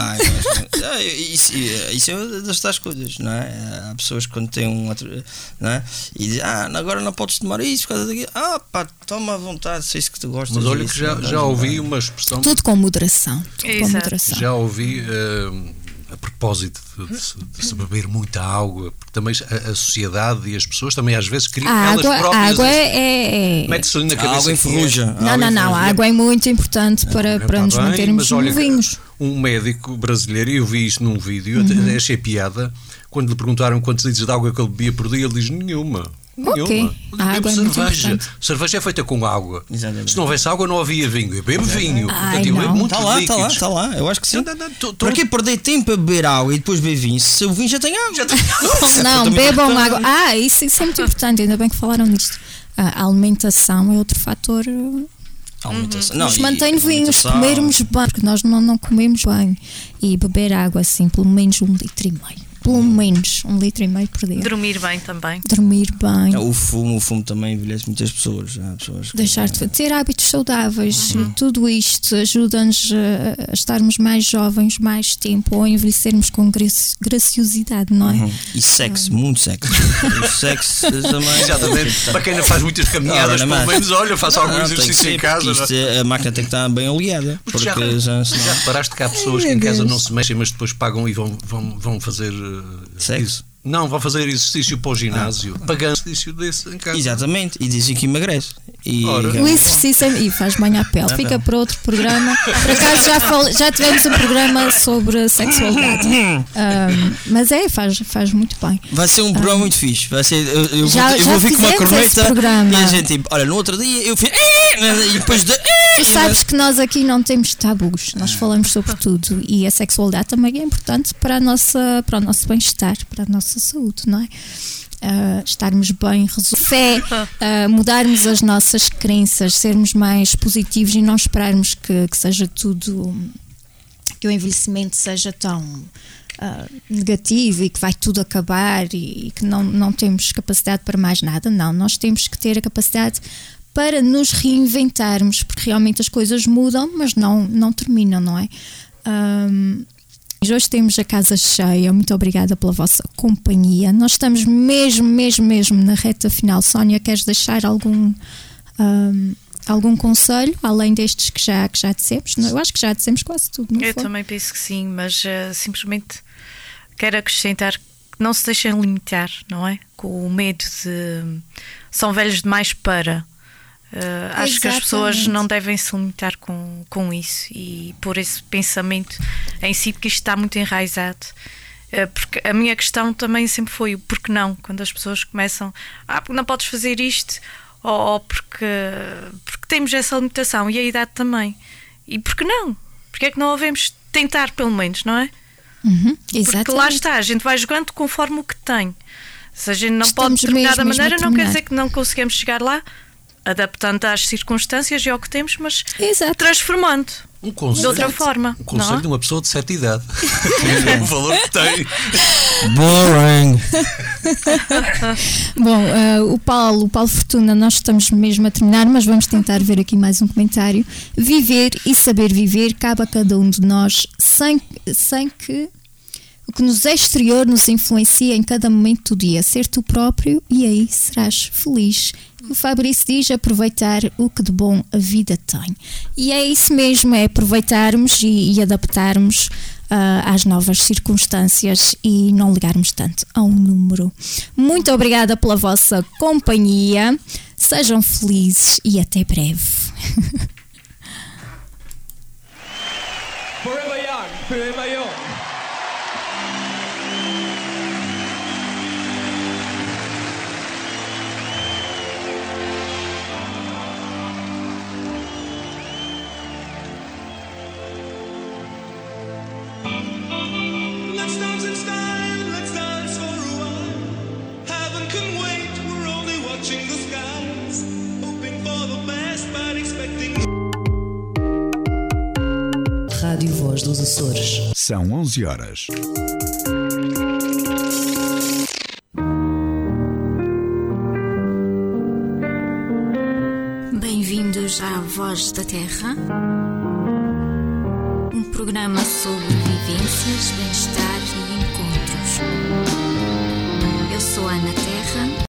Isso é das tais coisas, não é? Há pessoas que quando têm não é? E dizem, agora não podes tomar isso por causa daqui. Pá, toma à vontade, sei isso que tu gostas. Mas olha que já ouvi uma expressão. Tudo com moderação. Já ouvi a propósito de se beber muita água, porque também a sociedade e as pessoas também às vezes criam elas próprias. A água é... Mete-se ali na cabeça. A água enferruja. Não, a água é muito importante para nos mantermos novinhos. Um médico brasileiro, e eu vi isto num vídeo, até achei piada, quando lhe perguntaram quantos litros de água que ele bebia por dia, ele diz nenhuma. Ok, a água é muito importante. Cerveja é feita com água. Exatamente. Se não houvesse água, não havia vinho. Eu bebo vinho. Ai, Portanto, eu bebo não. muitos líquidos. Está lá. Eu acho que sim. Não, Para que perder tempo a beber água e depois beber vinho? Se o vinho já tem água. Não, bebam água. Isso é muito importante, ainda bem que falaram nisto. A alimentação é outro fator Alimentação. nos mantém vinhos, comermos bem, porque nós não comemos bem. E beber água assim, pelo menos 1,5 litro. Pelo menos 1,5 litro por dia. Dormir bem também. Dormir bem. O fumo também envelhece muitas pessoas. Há pessoas que... Deixar de ter hábitos saudáveis, tudo isto ajuda-nos a estarmos mais jovens, mais tempo, ou a envelhecermos com graciosidade, não é? E sexo, muito sexo. O sexo também. Exatamente. Para quem não faz muitas caminhadas, pelo menos, olha, faça algum exercício em casa. A máquina tem que estar bem oleada. Porque já reparaste que há pessoas que em casa não se mexem, mas depois pagam e vão fazer sexo? Não, vão fazer exercício para o ginásio, pagando exercício desse em casa. Exatamente, e dizem que emagrece. O exercício e faz bem à pele. Fica para outro programa. Por acaso já tivemos um programa sobre sexualidade. Mas faz muito bem. Vai ser um programa muito fixe. Vai ser, eu já vou vir com uma corneta programa. E a gente tipo, olha, no outro dia eu fiz e depois Tu sabes que nós aqui não temos tabus, nós falamos sobre tudo e a sexualidade também é importante para o nosso bem-estar, para a nossa saúde, não é? Estarmos bem, fé, mudarmos as nossas crenças, sermos mais positivos e não esperarmos que seja tudo, que o envelhecimento seja tão negativo e que vai tudo acabar e que não temos capacidade para mais nada. Não, nós temos que ter a capacidade para nos reinventarmos, porque realmente as coisas mudam, mas não terminam, não é? Hoje temos a casa cheia, muito obrigada pela vossa companhia. Nós estamos mesmo na reta final. Sónia, queres deixar algum conselho, além destes que já dissemos? Eu acho que já dissemos quase tudo, não Eu foi? também penso que sim, mas simplesmente quero acrescentar que não se deixem limitar, não é? Com o medo de... São velhos demais para... acho que as pessoas não devem se limitar com isso e por esse pensamento em si, porque isto está muito enraizado. Porque a minha questão também sempre foi o porquê não, quando as pessoas começam porque não podes fazer isto ou porque temos essa limitação e a idade também, e porquê não? Porque é que não devemos tentar pelo menos, não é? Porque lá está, a gente vai jogando conforme o que tem. Se a gente não pode de determinada maneira, não quer dizer que não conseguimos chegar lá, adaptando às circunstâncias e ao que temos, mas transformando de outra forma. Um conselho de uma pessoa de certa idade. É o valor que tem. Boring. Bom, o Paulo Fortuna, nós estamos mesmo a terminar, mas vamos tentar ver aqui mais um comentário. Viver e saber viver cabe a cada um de nós sem que o que nos é exterior nos influencia em cada momento do dia. Ser tu próprio e aí serás feliz. O Fabrício diz aproveitar o que de bom a vida tem. E é isso mesmo, é aproveitarmos e adaptarmos às novas circunstâncias e não ligarmos tanto a um número. Muito obrigada pela vossa companhia. Sejam felizes e até breve. Forever young, forever young. Let's dance in style, let's dance for a while. Heaven can wait, we're only watching the skies. Hoping for the best, but expecting. Rádio Voz dos Açores. São 11 horas. Bem-vindos à Voz da Terra, um programa sobre vivências, bem-estar e encontros. Eu sou a Ana Terra.